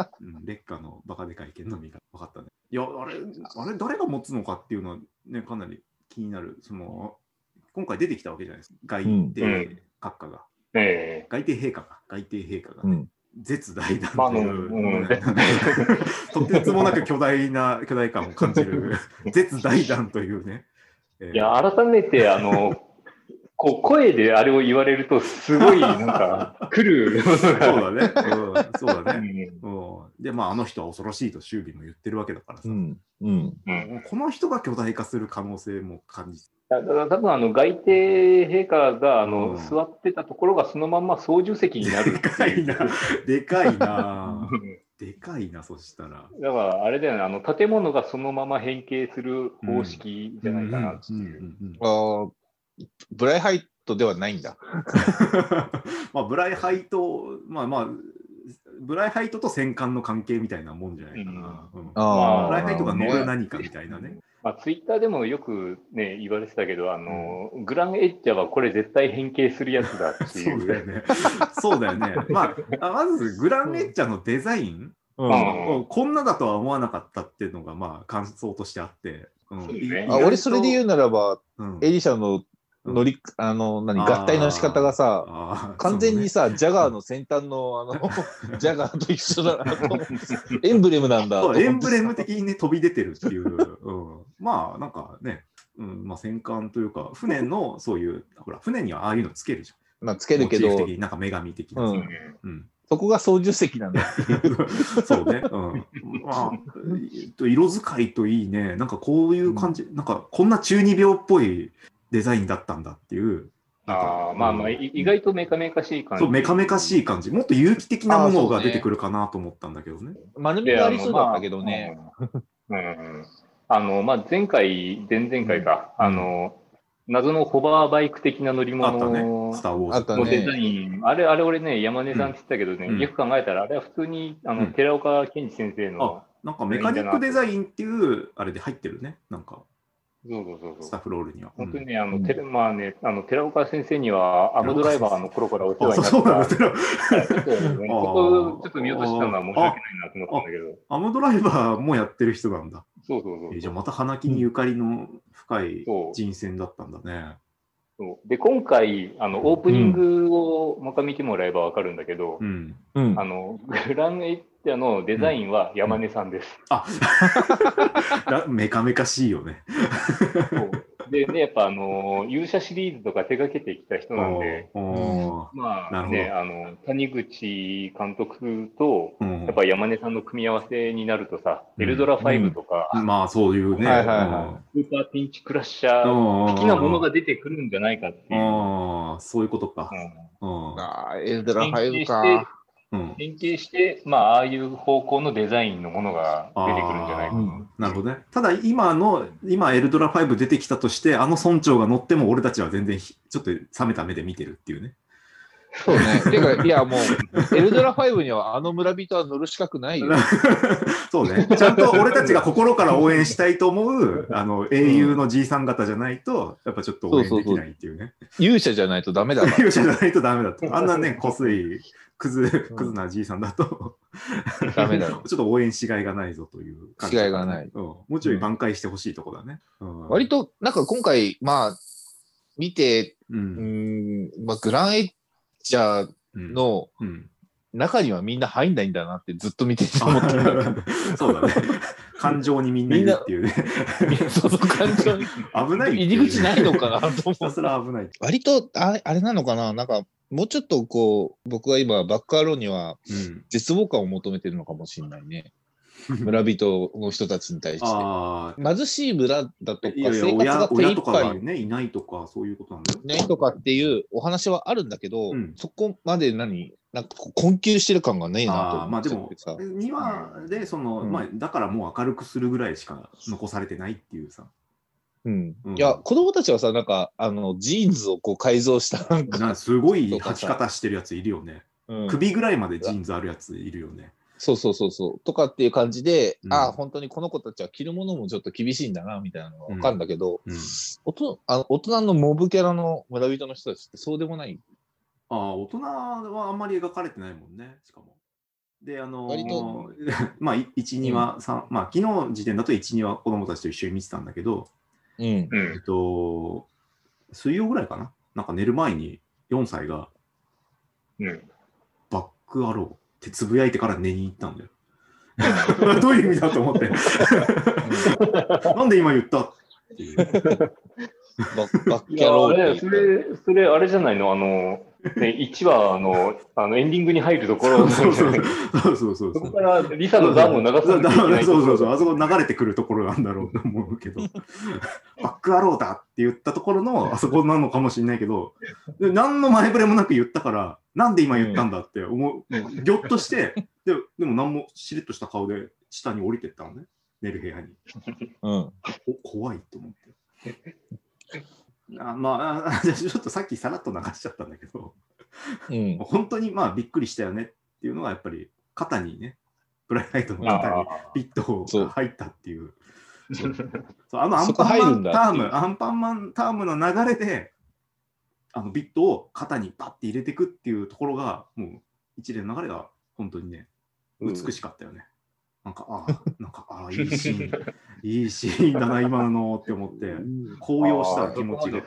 烈火のバカでかい剣の見方分かったね。いや、あれ誰が持つのかっていうのはね、かなり気になる。今回出てきたわけじゃないですか。外帝閣下が。外帝陛下がね。絶大弾という、とてつもなく巨大感を感じる絶大弾というね。 いや、改めて声であれを言われると、すごいなんか来るものが。そうだね。で、あの人は恐ろしいと周囲も言ってるわけだからさ。この人が巨大化する可能性も感じて。 だから多分外帝陛下が座ってたところがそのまま操縦席になる。 でかいな。でかいな、そしたら。だからあれだよね、建物がそのまま変形する方式じゃないかなっていう。 ブライハイトではないんだ。 ブライハイト、ブライハイトと戦艦の関係みたいなもんじゃないかな。ブライハイトが乗る何かみたいなね。 ツイッターでもよくね、言われてたけど、グランエッジャーはこれ絶対変形するやつだっていう。 そうだよね。まずグランエッジャーのデザイン、こんなだとは思わなかったっていうのが感想としてあって。 俺それで言うならば、エリシャの合体の仕方がさ、完全にさ、ジャガーの先端のジャガーと一緒だなと思って、エンブレムなんだと思って。 エンブレム的にね、飛び出てるっていう。なんかね、戦艦というか、船のそういう、ほら、船にはああいうのつけるじゃん。 つけるけど、 モチーフ的になんか女神的な。 そこが操縦席なんだ。 そうね。色使いといいね、なんかこういう感じ、なんかこんな中二病っぽいデザインだったんだっていう。 意外とメカメカしい感じ。 そう、メカメカしい感じ。もっと有機的なものが出てくるかなと思ったんだけどね。 丸みがありそうだったけどね。 前回、前々回か、謎のホバーバイク的な乗り物のデザイン、あれ俺ね、山根さんって言ったけどね、よく考えたら、あれは普通に寺岡健二先生の。 なんかメカニックデザインっていう、あれで入ってるね、なんか。 そうスタッフロールには。 本当にね、寺岡先生にはアムドライバーの頃からお世話になった。ちょっと見落としたのは申し訳ないなと思ったんだけど。 アムドライバーもやってる人なんだ。 そう。 じゃあまた花木にゆかりの深い人選だったんだね。 で、今回、オープニングをまた見てもらえばわかるんだけど、グランエッジャーのデザインは山根さんです。 メカメカしいよね。 でね、やっぱ勇者シリーズとか手掛けてきた人なんで、谷口監督と、やっぱ山根さんの組み合わせになるとさ、エルドラ5とか、 そういうね、スーパーピンチクラッシャー的なものが出てくるんじゃないかっていう。 そういうことか。 エルドラ5か。 変形して、ああいう方向のデザインのものが出てくるんじゃないかな。 なるほどね。ただ今エルドラ5出てきたとして、村長が乗っても俺たちは全然ちょっと冷めた目で見てるっていうね。 そうね。てか、いやもう、エルドラ5には村人は乗る資格ないよ。 そうね。ちゃんと俺たちが心から応援したいと思う、英雄のじいさん方じゃないと、やっぱちょっと応援できないっていうね。 勇者じゃないとダメだから。 勇者じゃないとダメだと。あんなね、こすい、クズなじいさんだと、 ダメだろ。 ちょっと応援しがいがないぞという感じ。 しがいがない。 もうちょい挽回してほしいとこだね。 割と、なんか今回、 見て、まあ、グランエッジャーの中にはみんな入んないんだなってずっと見てて思った。 そうだね。感情にみんないるっていうね。 そう感情に。 危ない。 入り口ないのかなと思う。 それは危ない。 割と、あれなのかな、なんか、もうちょっとこう、僕は今、バックアローには絶望感を求めてるのかもしれないね。村人の人たちに対して。貧しい村だとか、生活が手一杯ね、いないとか、そういうことなんだよ。 いないとかっていうお話はあるんだけど、そこまでなんか困窮してる感がねえなと思ってさ。 まあでも、2話で、まあ、だからもう明るくするぐらいしか残されてないっていうさ。 いや、子供たちはさ、なんか、ジーンズをこう改造したなんか。 すごい履き方してるやついるよね。首ぐらいまでジーンズあるやついるよね。 そう。とかっていう感じで、本当にこの子たちは着るものもちょっと厳しいんだな、みたいなのがわかるんだけど、大人のモブキャラの村人の人たちってそうでもない？ 大人はあんまり描かれてないもんね、しかも。で、まあ、1、2話、3、まあ、昨日時点だと1、2話子供たちと一緒に見てたんだけど、水曜ぐらいかな、なんか寝る前に4歳が、バックアローってつぶやいてから寝に行ったんだよ。どういう意味だと思って。なんで今言ったっていう。 バッキャローってそれあれじゃないの1話エンディングに入るところそう。 そこからリサの残を流さなきゃいけない。 そう。あそこ流れてくるところなんだろうと思うけど、バックアローだって言ったところのあそこなのかもしれないけど、何の前触れもなく言ったから、なんで今言ったんだって思う、ぎょっとして、でも何もしれっとした顔で下に降りてったのね、寝る部屋に。怖いと思って。まあ、ちょっとさっきさらっと流しちゃったんだけど、本当にまあびっくりしたよねっていうのがやっぱり肩にね、ブライライトの肩にビットが入ったっていう。アンパンマンタームの流れでビットを肩にパッて入れていくっていうところがもう一連の流れが本当にね美しかったよね。なんかいいシーンだな今のって思って高揚した気持ちが。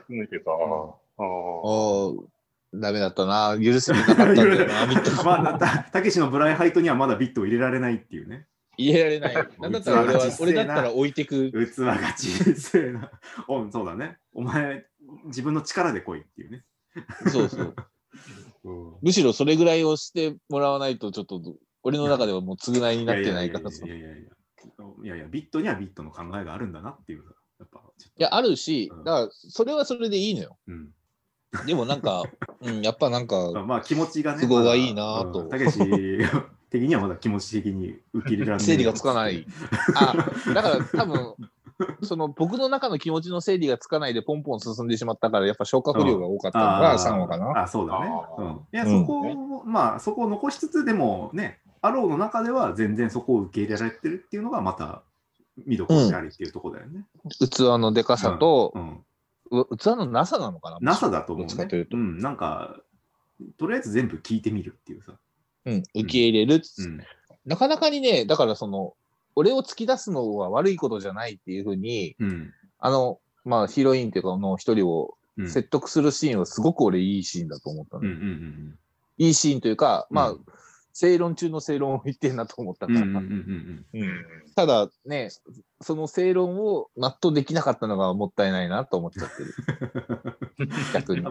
ダメだったな、許せなかったんだよな。 まあたけしのブライハイトにはまだビットを入れられないっていうね。 入れられない。なんだったら俺だったら置いてく。 器が小さいな。そうだね。お前自分の力で来いっていうね。 そう。むしろそれぐらいをしてもらわないとちょっと。俺の中ではもう償いになってないからさ。 いや、ビットにはビットの考えがあるんだなっていう。 あるし、だからそれはそれでいいのよ。でもなんか、やっぱなんか、 まあ気持ちがね、 都合がいいなと。 たけし的にはまだ気持ち的に受け入れられない。 整理がつかない。だから多分、僕の中の気持ちの整理がつかないでポンポン進んでしまったから、やっぱ消化不良が多かったのが3話かな。 そうだね。いや、そこを残しつつでもね、アローの中では全然そこを受け入れられてるっていうのがまた見どころでありっていうところだよね。 器のでかさと、器のなさなのかな。 なさだと思うね。なんか、とりあえず全部聞いてみるっていうさ。 受け入れる。なかなかにね、だから俺を突き出すのは悪いことじゃないっていうふうに、まあヒロインっていうかの一人を説得するシーンはすごく俺いいシーンだと思ったの。いいシーンというか、まあ、正論中の正論を言ってんなと思ったから。ただね、その正論を全うできなかったのがもったいないなと思っちゃってる。逆に。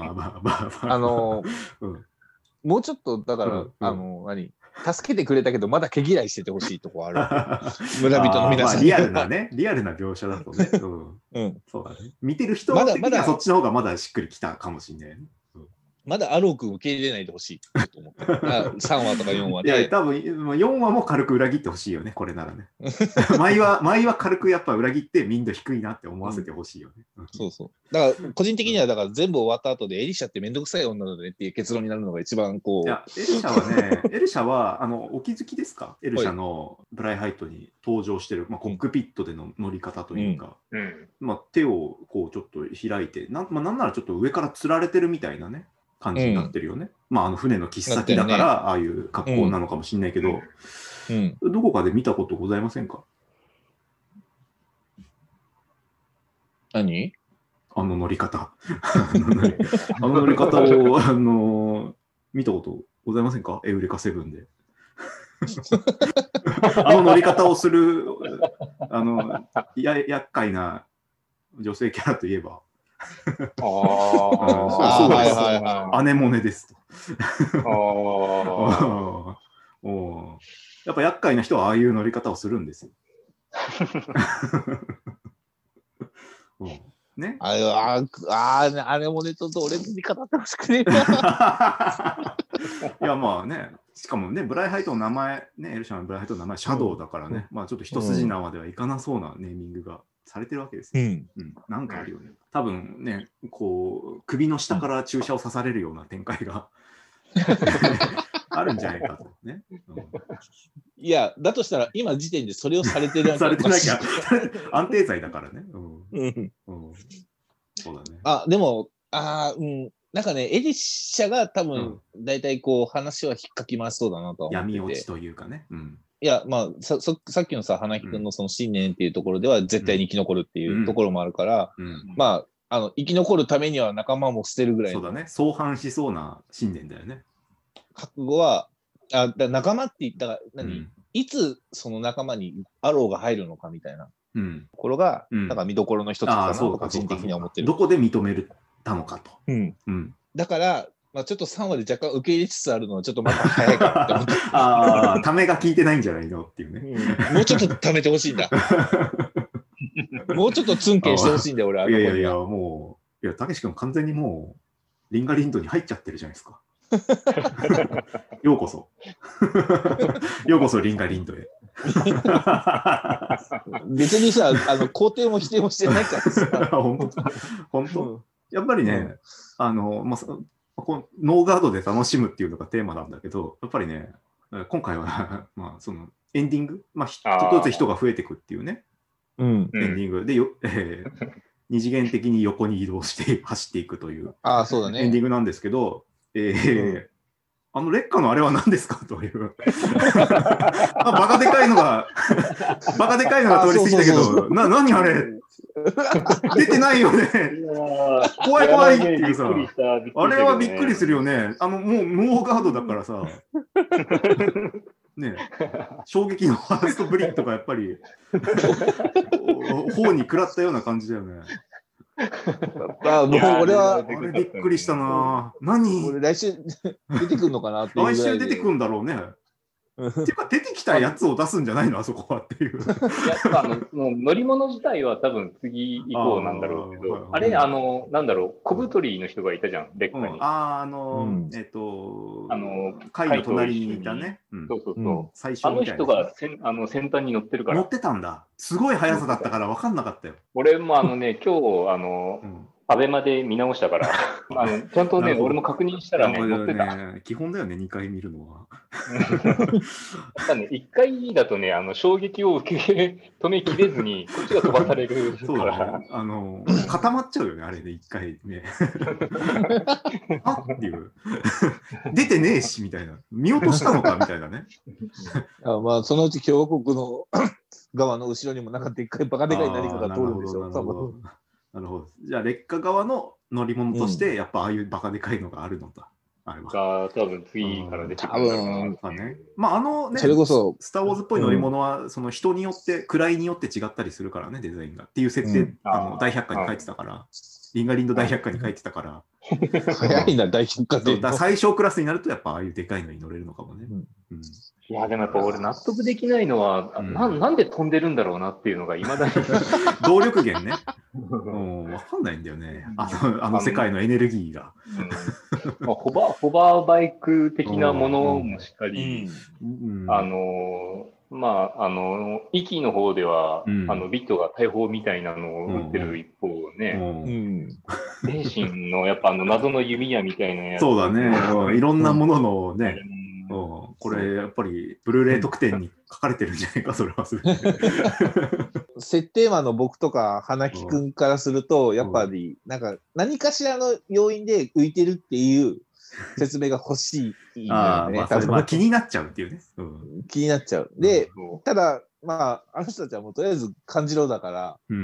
もうちょっと、だから、助けてくれたけど、まだ毛嫌いしててほしいとこある。村人の皆さん。 リアルな描写だとね。そうだね。見てる人はそっちの方がまだしっくりきたかもしれない。 まだアロー君受け入れないでほしいと思って。3話とか4話で。 いや、多分4話も軽く裏切ってほしいよね、これならね。毎話軽くやっぱ裏切って民度低いなって思わせてほしいよね。 そう。だから個人的にはだから全部終わった後でエリシャってめんどくさい女だねっていう結論になるのが一番こう。いや、 エリシャはお気づきですか？エルシャのブライハイトに登場してる、コックピットでの乗り方というか、手をこうちょっと開いて、なんならちょっと上から吊られてるみたいなね。感じになってるよね。船の切っ先だから、ああいう格好なのかもしれないけど、どこかで見たことございませんか？ 何？ あの乗り方。あの乗り方を、見たことございませんか？エウレカ7で。あの乗り方をする、厄介な女性キャラといえば。そうです。アネモネですと。やっぱ厄介な人はああいう乗り方をするんですよ。ね、 あれもね、ちょっと俺に語ってほしくねえな。 いや、まあね、しかもね、ブライハイトの名前、ね、エルシャのブライハイトの名前、シャドウだからね、まあちょっと一筋縄ではいかなそうなネーミングがされてるわけですよ。なんかあるよね。多分ね、こう、首の下から注射を刺されるような展開があるんじゃないかとね。 いや、だとしたら、今時点でそれをされてるされてなきゃ、安定剤だからね。そうだね。 でも、なんかね、エディッシャが多分、大体こう、話は引っかき回しそうだなとは思ってて。 闇落ちというかね。 いや、まあ、さっきのさ、花木くんのその信念っていうところでは、絶対に生き残るっていうところもあるから、まあ、生き残るためには仲間も捨てるぐらいの。 そうだね。相反しそうな信念だよね。 覚悟は、仲間って言ったら、いつその仲間にアローが入るのかみたいなところが、なんか見どころの一つかなと個人的には思ってる。 どこで認めたのかと。 だから、まあ、ちょっと3話で若干受け入れつつあるのはちょっとまだ早いかなって思って。 ためが効いてないんじゃないのっていうね。 もうちょっとためてほしいんだ。もうちょっとツンケンしてほしいんだよ、俺は。 いや、もう、たけし君完全にもう、リンガリンドに入っちゃってるじゃないですか。ようこそ。ようこそリンガリンドへ。 別にさ、肯定も否定もしてないからさ。 本当やっぱりね、ノーガードで楽しむっていうのがテーマなんだけど、やっぱりね、今回は、まあ、そのエンディング、まあ、一つ人が増えていくっていうね、エンディングで二次元的に横に移動して走っていくというそうだね、 エンディングなんですけど、劣化のあれは何ですかという。バカでかいのが通り過ぎたけど、何あれ出てないよね。怖い怖いっていうさ。あれはびっくりするよね。もうノーガードだからさ。ね、衝撃のファーストブリッドがやっぱり頬に食らったような感じだよね。 もう俺はびっくりしたな。何？ 俺来週出てくるのかなっていう。 来週出てくるんだろうね。っていうか出てきたやつを出すんじゃないのあそこはっていう。 もう乗り物自体は多分次以降なんだろうけど、あれなんだろう、小太りの人がいたじゃん、劣化に。 貝の隣にいたね。 そう。あの人が先端に乗ってるから。 乗ってたんだ。すごい速さだったから分かんなかったよ。 俺も今日アベマで見直したからちゃんとね、俺も確認したらね、乗ってた。 基本だよね、2回見るのは。 1回だとね、衝撃を受け止めきれずに、こっちが飛ばされるから。 固まっちゃうよね、あれで1回目。っていう。出てねえし、みたいな。見落としたのか、みたいなね。 まあ、そのうち共和国の側の後ろにもなんかでっかいバカでかい何かが通るんでしょ。 なるほど。じゃあ、劣化側の乗り物として、やっぱああいうバカでかいのがあるのだ。あれは。 多分次から出てくるんだろうな。 まあ、ね、 それこそスター・ウォーズっぽい乗り物は、その人によって、位によって違ったりするからね、デザインが。っていう設定、大百科に書いてたから。リンガリンド大百科に書いてたから。 早いな、大百科で。 最小クラスになると、やっぱああいうでかいのに乗れるのかもね。 いや、でもやっぱ俺納得できないのは、なんで飛んでるんだろうなっていうのがいまだに。 動力源ね。わかんないんだよね。あの世界のエネルギーが。 ホバーバイク的なものもしっかり、息の方では、ビットが大砲みたいなのを撃ってる一方ね、レシンのやっぱ謎の弓矢みたいなやつ。 そうだね。いろんなもののね、これやっぱりブルーレイ特典に書かれてるんじゃないか、それは。 設定マンの僕とか花木くんからすると、やっぱりなんか何かしらの要因で浮いてるっていう説明が欲しいんだよね。 気になっちゃうっていうね。 気になっちゃう。で、ただ、まあ、あの人たちはもうとりあえず感じろだから、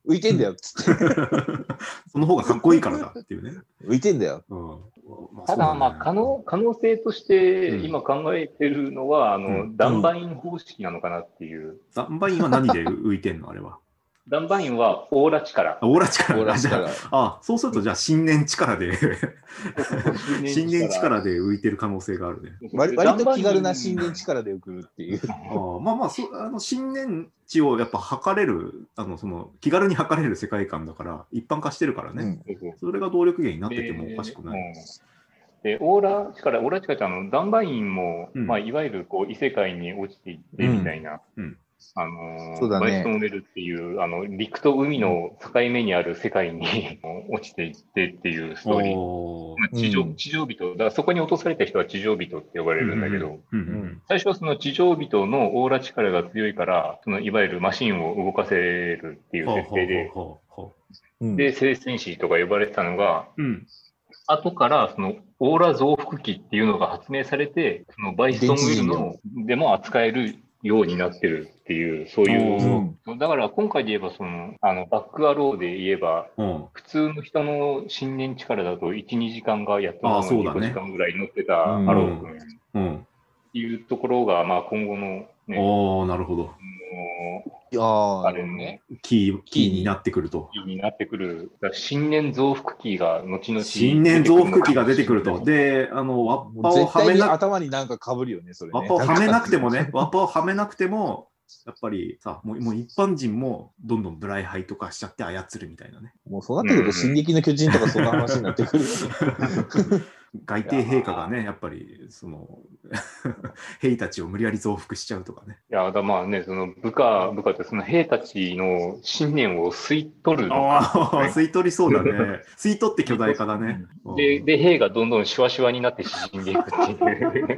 浮いてんだよっつって。 その方がかっこいいからだっていうね。 浮いてんだよ。 ただ、まあ、可能性として今考えてるのは、ダンバイン方式なのかなっていう。 ダンバインは何で浮いてんのあれは。 ダンバインはオーラ力。 オーラ力。そうすると、じゃあ、新年力で新年力で浮いてる可能性があるね。 割と気軽な新年力で浮くっていう。 新年値をやっぱ測れる、その気軽に測れる世界観だから、一般化してるからね。それが動力源になっててもおかしくない。 でオーラ力ちゃんダンバインも、まあ、いわゆるこう異世界に落ちていってみたいな。バイストンウェルっていう陸と海の境目にある世界に落ちていってっていうストーリー。地上人、だからそこに落とされた人は地上人って呼ばれるんだけど、最初はその地上人のオーラ力が強いから、そのいわゆるマシンを動かせるっていう設定で、聖戦士とか呼ばれてたのが、後からそのオーラ増幅器っていうのが発明されて、そのバイストンウェルのでも扱えるようになってるっていう、そういう、だから今回で言えばバックアローで言えば、普通の人の新年力だと1、2時間がやっとのに5時間ぐらい乗ってたアロー君っていうところが、まあ今後のね、 なるほど。 あれね、 キーになってくると。 キーになってくる。新年増幅器が後々。 新年増幅器が出てくると。で、ワッパをはめな頭になんか被るよね、それ、ね。 ワッパをはめなくてもね、ワッパをはめなくても、やっぱりさ、もう一般人もどんどんブライハイとかしちゃって操るみたいなね。 もうそうなってくると、進撃の巨人とかそんな話になってくる。 外帝陛下がね、やっぱり兵たちを無理やり増幅しちゃうとかね。 いや、まあね、その部下ってその兵たちの信念を吸い取るのか、 ね。吸い取りそうだね。吸い取って巨大化だね。 で、兵がどんどんシュワシュワになって死んでいくっていう。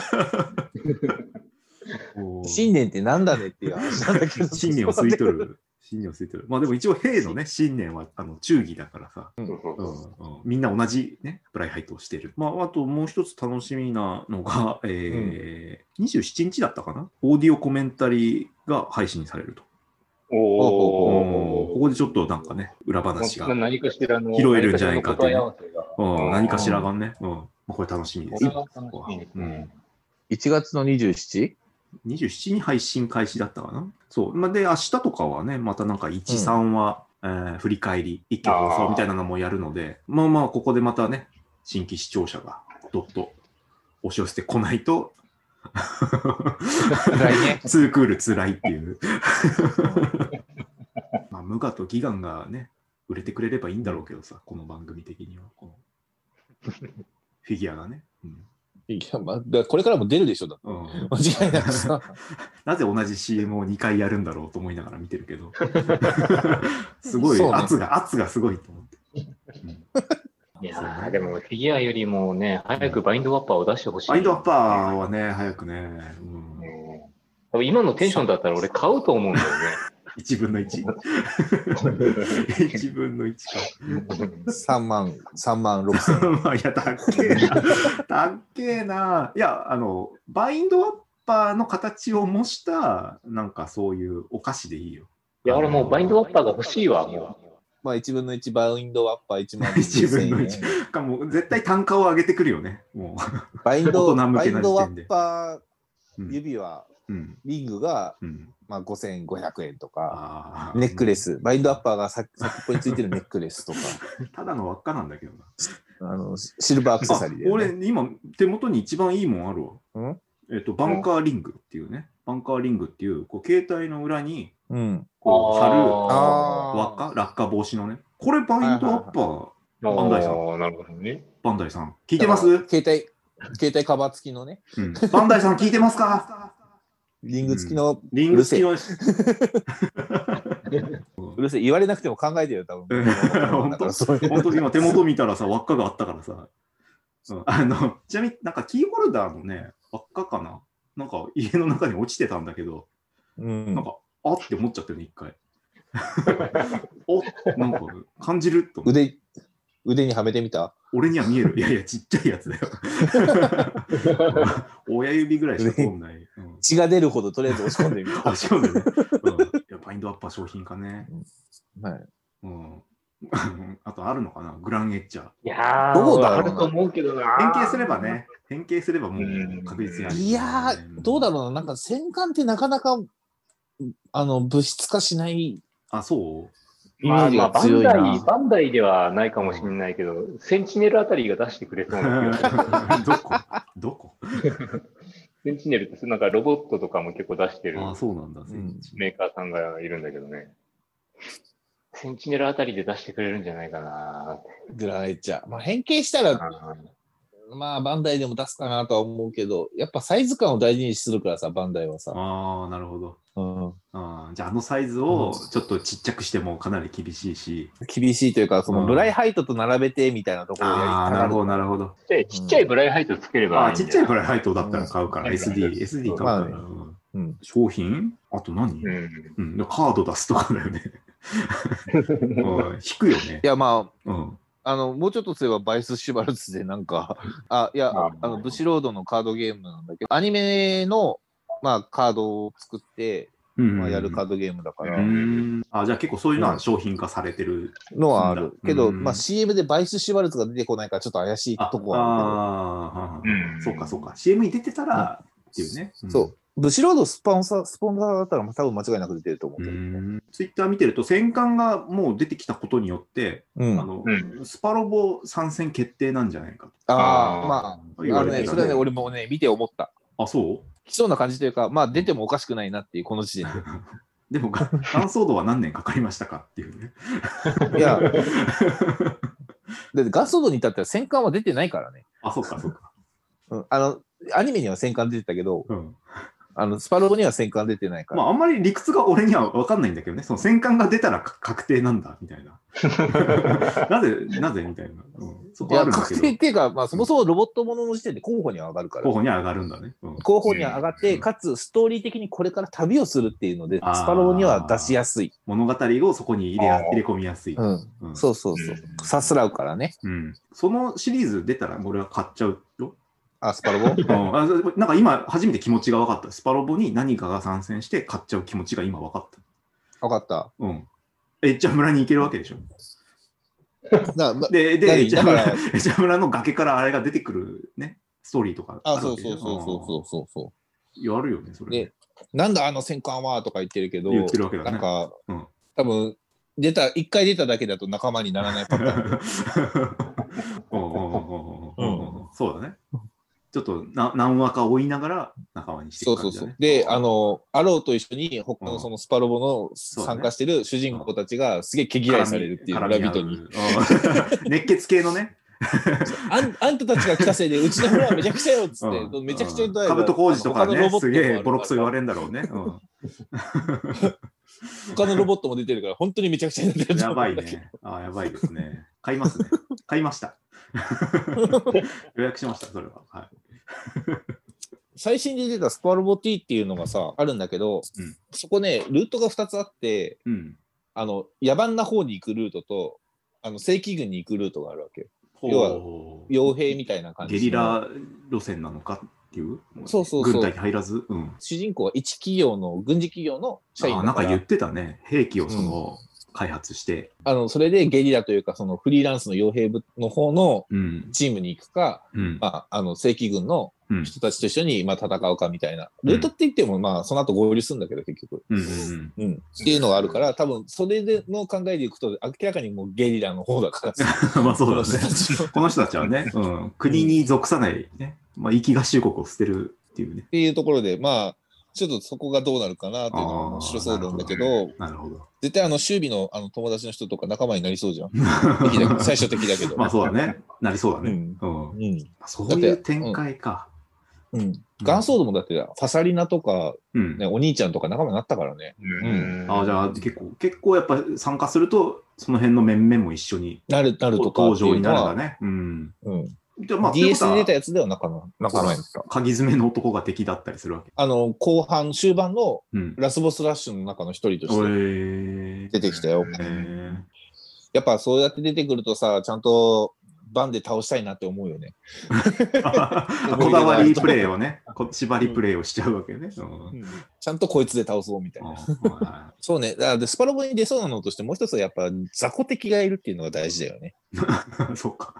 信念ってなんだねっていう話なんだけど。 信念を吸い取る。まあでも一応兵のね、信念は忠義だからさ、みんな同じね、ブライハイトをしてる。まああともう一つ楽しみなのが、27日だったかな、オーディオコメンタリーが配信されると。ここでちょっとなんかね、裏話が拾えるんじゃないかっていう、何かしらがね、これ楽しみです。 1月の 27?27 に配信開始だったかな。そう。で、明日とかはね、またなんか1、3話、振り返り、一挙放送みたいなのもやるので、まあ、ここでまたね、新規視聴者がどっと押し寄せてこないと、ツークール辛いっていう。まあ、ムガとギガンがね、売れてくれればいいんだろうけどさ、この番組的には。このフィギュアがね。 いや、まあ、これからも出るでしょ、だって。間違いなくさ。 なぜ同じ CM を2回やるんだろうと思いながら見てるけど。すごい、圧がすごいと思って。 いやでもフィギュアよりもね、早くバインドワッパーを出してほしい。 バインドワッパーはね、早くね。 多分今のテンションだったら俺買うと思うんだよね。 1分の1。1分の1か。 3万6千円。 いや、たっけえな。いや、バインドワッパーの形を模した、なんかそういうお菓子でいいよ。 いや、俺もうバインドワッパーが欲しいわ、もう。 まあ、1分の1バインドワッパー1万 1分の1。かもう絶対単価を上げてくるよね。もうバインドワッパー指輪、リングが、まあ、5500円とか、ネックレス、バインドアッパーが先っぽについてるネックレスとか。 ただの輪っかなんだけどな。シルバーアクセサリーで、ね。 俺、今、手元に一番いいもんあるわ。バンカーリングっていうね。バンカーリングっていう、携帯の裏に、こう貼る輪っか、落下防止のね。これ、バインドアッパー、バンダイさん。 なるほどね。 バンダイさん。聞いてます？ 携帯カバー付きのね。 バンダイさん、聞いてますか？ リング付きの、 リング付きの。 うるせえ、言われなくても考えてよ、多分。 本当に今手元見たらさ、輪っかがあったからさ。ちなみになんかキーホルダーのね、輪っかかな、なんか家の中に落ちてたんだけど、なんか、あって思っちゃったよね、一回。お、なんか感じると思って。 腕にはめてみた？ 俺には見える。いやいや、ちっちゃいやつだよ。親指ぐらいしか通んない。 血が出るほどとりあえず押し込んでみた。 押し込んでね。 バインドアッパー商品化ね。 はい。 あとあるのかな、グランエッジャー。 いやー、どうだろうな。あると思うけどな。 変形すればね、変形すればもう確実にある、ね。 いやー、どうだろうな。なんか戦艦ってなかなか、物質化しない。 あ、そうイメージが強いな。 バンダイではないかもしれないけど、センチネルあたりが出してくれそうな気がする。 どこセンチネルってなんかロボットとかも結構出してるそうなんだ、 メーカーさんがいるんだけどね。センチネルあたりで出してくれるんじゃないかな。 グランエッジャー。まあ変形したら、まあバンダイでも出すかなとは思うけど、やっぱサイズ感を大事にするからさ、バンダイはさ。 なるほど。じゃあサイズをちょっとちっちゃくしてもかなり厳しいし。 厳しいというか、そのブライハイトと並べてみたいなところをやりたがる。 なるほど、なるほど。 ちっちゃいブライハイトつければいい。 ちっちゃいブライハイトだったら買うから、SD 買うから。商品あと何カード出すとかだよね。引くよね。 いや、まあ、もうちょっとすればバイス・シュバルツでなんか、ブシロードのカードゲームなんだけど、アニメの、まあ、カードを作って、やるカードゲームだから。 じゃあ結構そういうのは商品化されてるのはある。けど、まあ CM でバイス・シュバルツが出てこないからちょっと怪しいとこはあるけど。そうかそうか。CM に出てたらっていうね。 そう。ブシロードスポンサーだったら多分間違いなく出てると思う。 ツイッター見てると戦艦がもう出てきたことによって、スパロボ参戦決定なんじゃないかと。 まあ、それはね、俺もね、見て思った。 そう来そうな感じというか、まあ出てもおかしくないなっていう、この時点で。でも、元ソードは何年かかりましたかっていうね。 いや、元ソードに至っては戦艦は出てないからね。 そうか、そうか。 アニメには戦艦出てたけど、スパロボには戦艦出てないから。 あんまり理屈が俺には分かんないんだけどね、その戦艦が出たら確定なんだみたいな。なぜみたいな。 そこあるんだけど。確定っていうか、そもそもロボットものの時点で候補には上がるから。 候補には上がるんだね。 候補には上がって、かつストーリー的にこれから旅をするっていうので、スパロボには出しやすい。 物語をそこに入れ込みやすい。 そう。さすらうからね。 そのシリーズ出たら俺は買っちゃうよ。 スパロボなんか今初めて気持ちが分かった。スパロボに何かが参戦して買っちゃう気持ちが今分かった。 分かった。 エッチャ村に行けるわけでしょ。で、エッチャ村の崖からあれが出てくるね、ストーリーとか。 そう。 やるよね、それ。 なんだあの戦艦はとか言ってるけど、 言ってるわけだね。 なんか、多分、一回出ただけだと仲間にならないパターン。 そうだね。ちょっと何話か追いながら仲間にしていく感じだね。 そう。で、アローと一緒に他のそのスパロボの参加してる主人公たちがすげえ毛嫌いされるっていう村人に。 熱血系のね。 あんたたちが来たせいでうちの村はめちゃくちゃよっつって、めちゃくちゃカブト工事とかね、すげえボロクソ言われるんだろうね。 他のロボットも出てるから本当にめちゃくちゃになってる。 やばいね。やばいですね。買いますね。買いました。予約しました、それは。 最新で出たスパロボ T っていうのがさ、あるんだけど、そこね、ルートが2つあって、野蛮な方に行くルートと、正規軍に行くルートがあるわけ。要は、傭兵みたいな感じ。 ゲリラ路線なのかっていう。 そう。 軍隊に入らず。 主人公は一企業の、軍事企業の社員だから。 なんか言ってたね。兵器を開発して。 それでゲリラというか、そのフリーランスの傭兵部の方のチームに行くか、正規軍の人たちと一緒に戦うかみたいな。ルートって言っても、その後合流するんだけど、結局。っていうのがあるから、多分、それでの考えでいくと、明らかにもうゲリラの方だから。 そうだね。この人たちはね、国に属さないね、生き合衆国を捨てるっていうね。 っていうところで、ちょっとそこがどうなるかなっていうのが面白そうなんだけど、 なるほど。 絶対守備の友達の人とか仲間になりそうじゃん。最終的だけど。 そうだね。なりそうだね。そういう展開か。 ガンソードもだって、ファサリナとか、お兄ちゃんとか仲間になったからね。 じゃあ結構やっぱ参加すると、その辺の面々も一緒になるとか登場になるんだね。 DS で出たやつでは仲間になった。 鍵爪の男が敵だったりするわけ。 後半、終盤のラスボスラッシュの中の一人として出てきたよ。やっぱそうやって出てくるとさ、ちゃんとバンで倒したいなって思うよね。 こだわりプレイをね、縛りプレイをしちゃうわけね。 ちゃんとこいつで倒そうみたいな。そうね。だからスパロボに出そうなのとして、もう一つはやっぱ雑魚敵がいるっていうのが大事だよね。 そうか。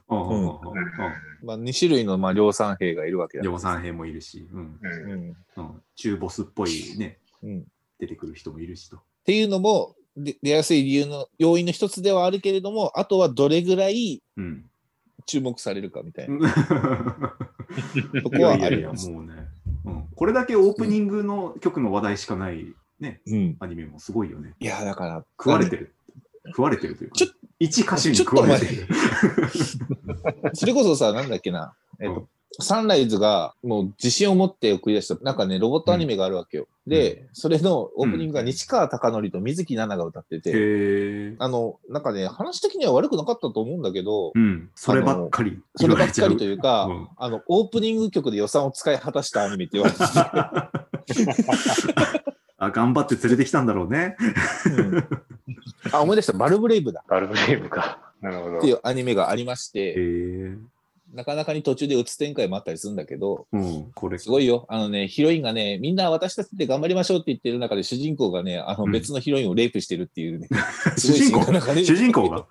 2種類の量産兵がいるわけだ。 量産兵もいるし、中ボスっぽいね、出てくる人もいるしと。 っていうのも出やすい理由の要因の一つではあるけれども、あとはどれぐらい注目されるかみたいな。そこはあります。 もうね、これだけオープニングの曲の話題しかないね、アニメもすごいよね。 いや、だから食われてるというか、一歌手に食われてる。 それこそさ、なんだっけな、サンライズがもう自信を持って送り出した、なんかね、ロボットアニメがあるわけよ。で、それのオープニングが西川貴教と水木奈々が歌ってて、なんかね、話的には悪くなかったと思うんだけど、 そればっかり。 そればっかりというか、オープニング曲で予算を使い果たしたアニメって言われて頑張って連れてきたんだろうね。 思い出した、バルブレイブだ。 バルブレイブか。なるほど。 っていうアニメがありまして、なかなかに途中で打つ展開もあったりするんだけど、すごいよ。ヒロインがね、みんな私たちで頑張りましょうって言ってる中で、主人公がね、別のヒロインをレイプしてるっていうね。 主人公が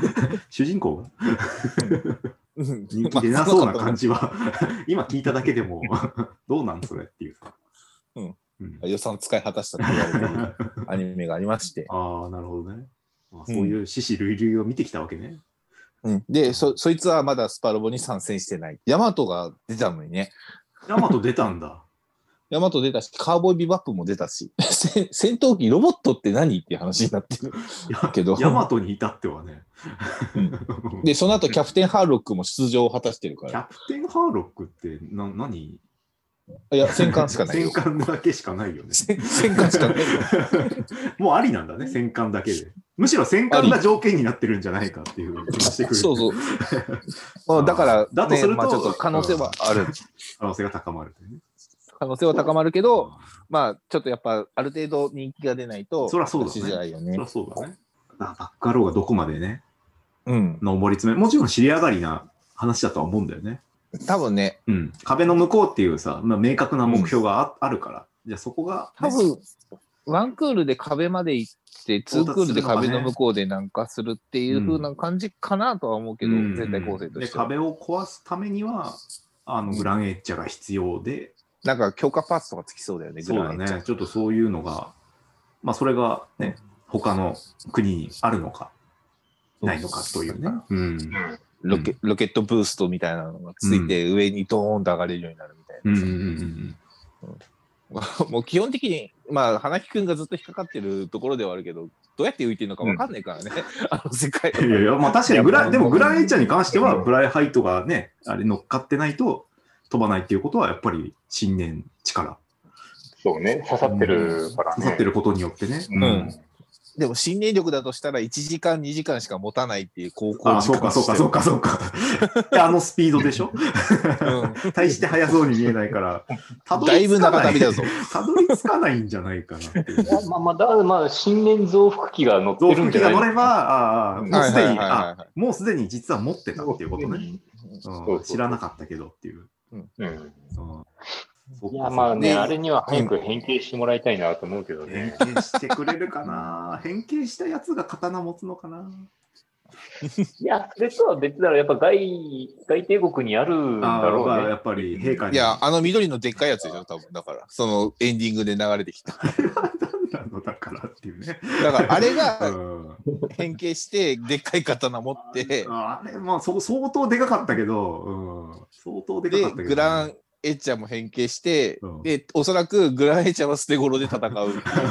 人気出なそうな感じは、今聞いただけでも、どうなんそれっていう。 予算を使い果たしたと言われてるアニメがありまして。 ああ、なるほどね。そういう獅子類類を見てきたわけね。 で、そいつはまだスパロボに参戦してない。ヤマトが出たのにね。 ヤマト出たんだ。 ヤマト出たし、カーボーイビバップも出たし、戦闘機ロボットって何っていう話になってるけど。 ヤマトに至ってはね。 で、その後キャプテンハーロックも出場を果たしてるから。 キャプテンハーロックって何？ いや、戦艦しかないよ。 戦艦だけしかないよね。 戦艦しかないよ。 もうありなんだね、戦艦だけで。むしろ戦艦が条件になってるんじゃないかっていう気がしてくる。 そう。だから、 だとすると、 ちょっと可能性はある。 可能性が高まるというね。 可能性は高まるけど、ちょっとやっぱある程度人気が出ないと、 そりゃそうだね。 しづらいよね。 そりゃそうだね。バッカローがどこまでね、上り詰め、もちろん尻上がりな話だとは思うんだよね。 多分ね、 壁の向こうっていうさ、明確な目標があるから、じゃあそこが、 多分ワンクールで壁まで行って、ツークールで壁の向こうでなんかするっていう風な感じかなとは思うけど、全体構成として。 で、壁を壊すためには、グランエッジャーが必要で、 なんか強化パーツとかつきそうだよね、 そうだね。ちょっとそういうのが、それがね、他の国にあるのか、ないのかというね。 ロケットブーストみたいなのがついて、上にドーンと上がれるようになるみたいな。もう基本的に、花木くんがずっと引っかかってるところではあるけど、どうやって浮いてるのか分かんないからね、世界いや、確かにでもグランエッジャーに関しては、ブライハイトがね、あれ乗っかってないと飛ばないっていうことは、やっぱり信念、力。 そうね、刺さってるからね。 刺さってることによってね。 でも心霊力だとしたら1時間2時間しか持たないっていう高校そうか。スピードでしょ大して速そうに見えないから、 だいぶ長旅だぞ。 たどり着かないんじゃないかなっていう。 心霊増幅器が乗ってるんじゃない増幅器が乗れば、もうすでに実は持ってたっていうことね。知らなかったけどっていう。 いや、あれには早く変形してもらいたいなと思うけどね。 変形してくれるかな変形したやつが刀持つのかないや、それとは別だろ。やっぱ外帝国にあるんだろうね。 やっぱり陛下に。 いや、緑のでっかいやつでしょ、多分。だから、そのエンディングで流れてきた。 何なのだからっていうね。 だから、あれが変形して、でっかい刀持って。 あれ、相当でかかったけど、相当でかかったけど。 グランエッチャーも変形して、で、おそらくグランエッチャーは捨て頃で戦う。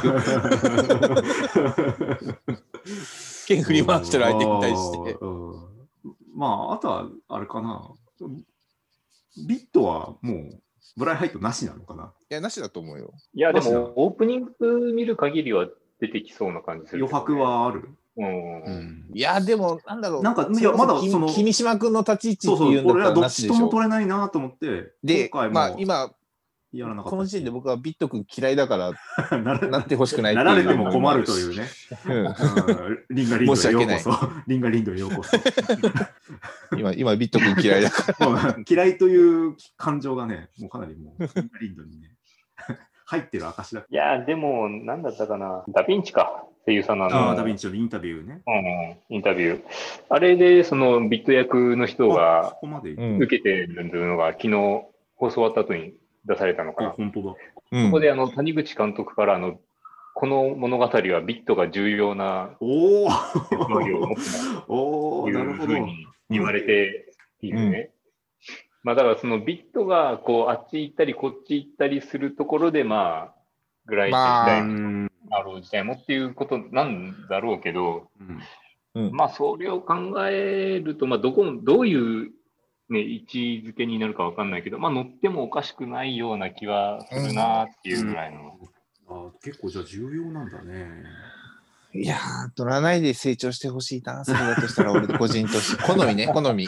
剣振り回してる相手に対して。 あとは、あれかな。ビットはもう、ブライハイトなしなのかな。 いや、なしだと思うよ。 いや、でも、オープニング見る限りは出てきそうな感じする、 余白はある。 いや、でも、なんだろう。 なんか、いや、まだその、 君島君の立ち位置っていうんだったら俺はどっちとも取れないなと思って。 で、今、 やらなかった。 この時点で僕はビット君嫌いだからなってほしくないっていう。 なられても困るというね。リンガリンドへようこそ。リンガリンドへようこそ。 今ビット君嫌いだから。 嫌いという感情がね、もうかなりもうリンガリンドにね、入ってる証だ。 いや、でも、なんだったかな。ダヴィンチか。声優さんのダヴィンチのインタビューね。 インタビュー。あれで、そのビット役の人が受けてるのが、昨日放送終わった後に出されたのかな。 本当だ。 そこで谷口監督からこの物語はビットが重要な役割を持ってますというふうに言われているね。まあだからそのビットがこうあっち行ったりこっち行ったりするところでまあぐらい時代もあろう時代もっていうことなんだろうけど、まあそれを考えるとまあどういうね、位置づけになるかわかんないけど、まあ乗ってもおかしくないような気はするなっていうぐらいの。 結構じゃあ重要なんだね。 いやー、乗らないで成長してほしいな、それだとしたら俺個人として。好みね、好み。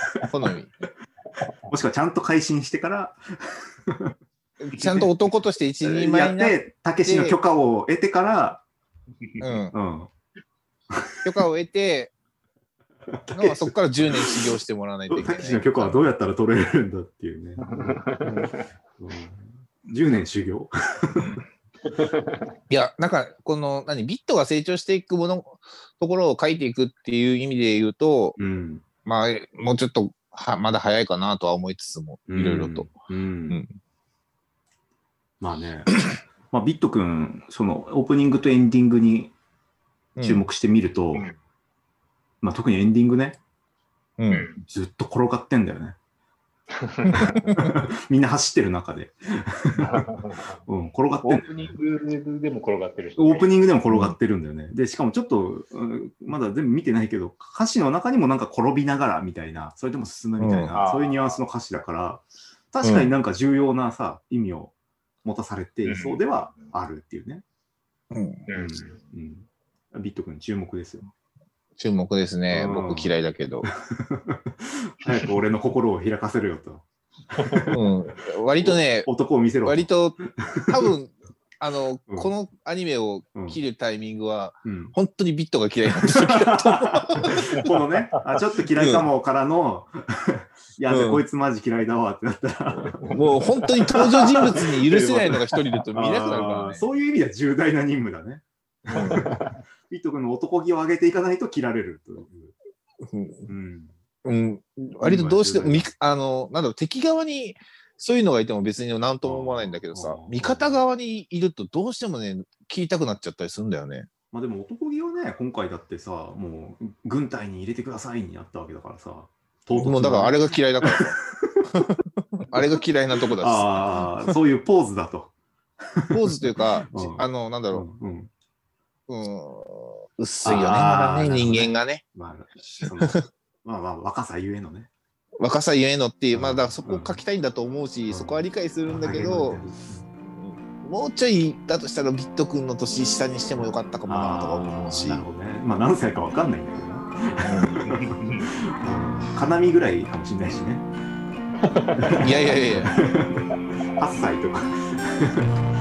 もしくはちゃんと改心してから。 ちゃんと男として一人前になって。 たけしの許可を得てから。 許可を得て、そこから10年修行してもらわないといけない。 たけしの許可はどうやったら取れるんだっていうね。10年修行いや、なんか、ビットが成長していくところを書いていくっていう意味で言うと、まあ、もうちょっとまだ早いかなとは思いつつも、いろいろと。 まあね、まあ、ビット君、そのオープニングとエンディングに注目してみると、まあ、特にエンディングね、ずっと転がってんだよね。みんな走ってる中で。転がってる。 オープニングでも転がってるし、 オープニングでも転がってるんだよね。で、しかもちょっと、まだ全部見てないけど、歌詞の中にもなんか転びながらみたいな、それでも進むみたいな、そういうニュアンスの歌詞だから、確かになんか重要なさ、意味を持たされていそうではあるっていうね。ビット君注目ですよ。 注目ですね。僕嫌いだけど。 早く俺の心を開かせるよと。 割とね、 男を見せろ。 割と、多分、このアニメを切るタイミングは、本当にビットが嫌いなんですよ。 このね、ちょっと嫌いかもからの、いや、こいつマジ嫌いだわってなったら。 もう本当に登場人物に許せないのが一人いると見なくなるからね。 そういう意味では重大な任務だね。ビット君の男気を上げていかないと切られるという。 割とどうしても、なんだろう、敵側にそういうのがいても別に何とも思わないんだけどさ、味方側にいるとどうしてもね、切りたくなっちゃったりするんだよね。 まあでも男気はね、今回だってさ、もう軍隊に入れてくださいになったわけだからさ。 もうだからあれが嫌いだからさ。あれが嫌いなとこだし。そういうポーズだと。 ポーズというか、なんだろう。薄いよね、まだね、人間がね。 まあ若さゆえのね。 若さゆえのっていう、まあだからそこを書きたいんだと思うし、そこは理解するんだけど、もうちょいだとしたらビット君の年下にしてもよかったかもなとか思うし。 なるほどね。まあ何歳かわかんないんだけどね。金見ぐらいかもしれないしね。 いや。 8歳とか。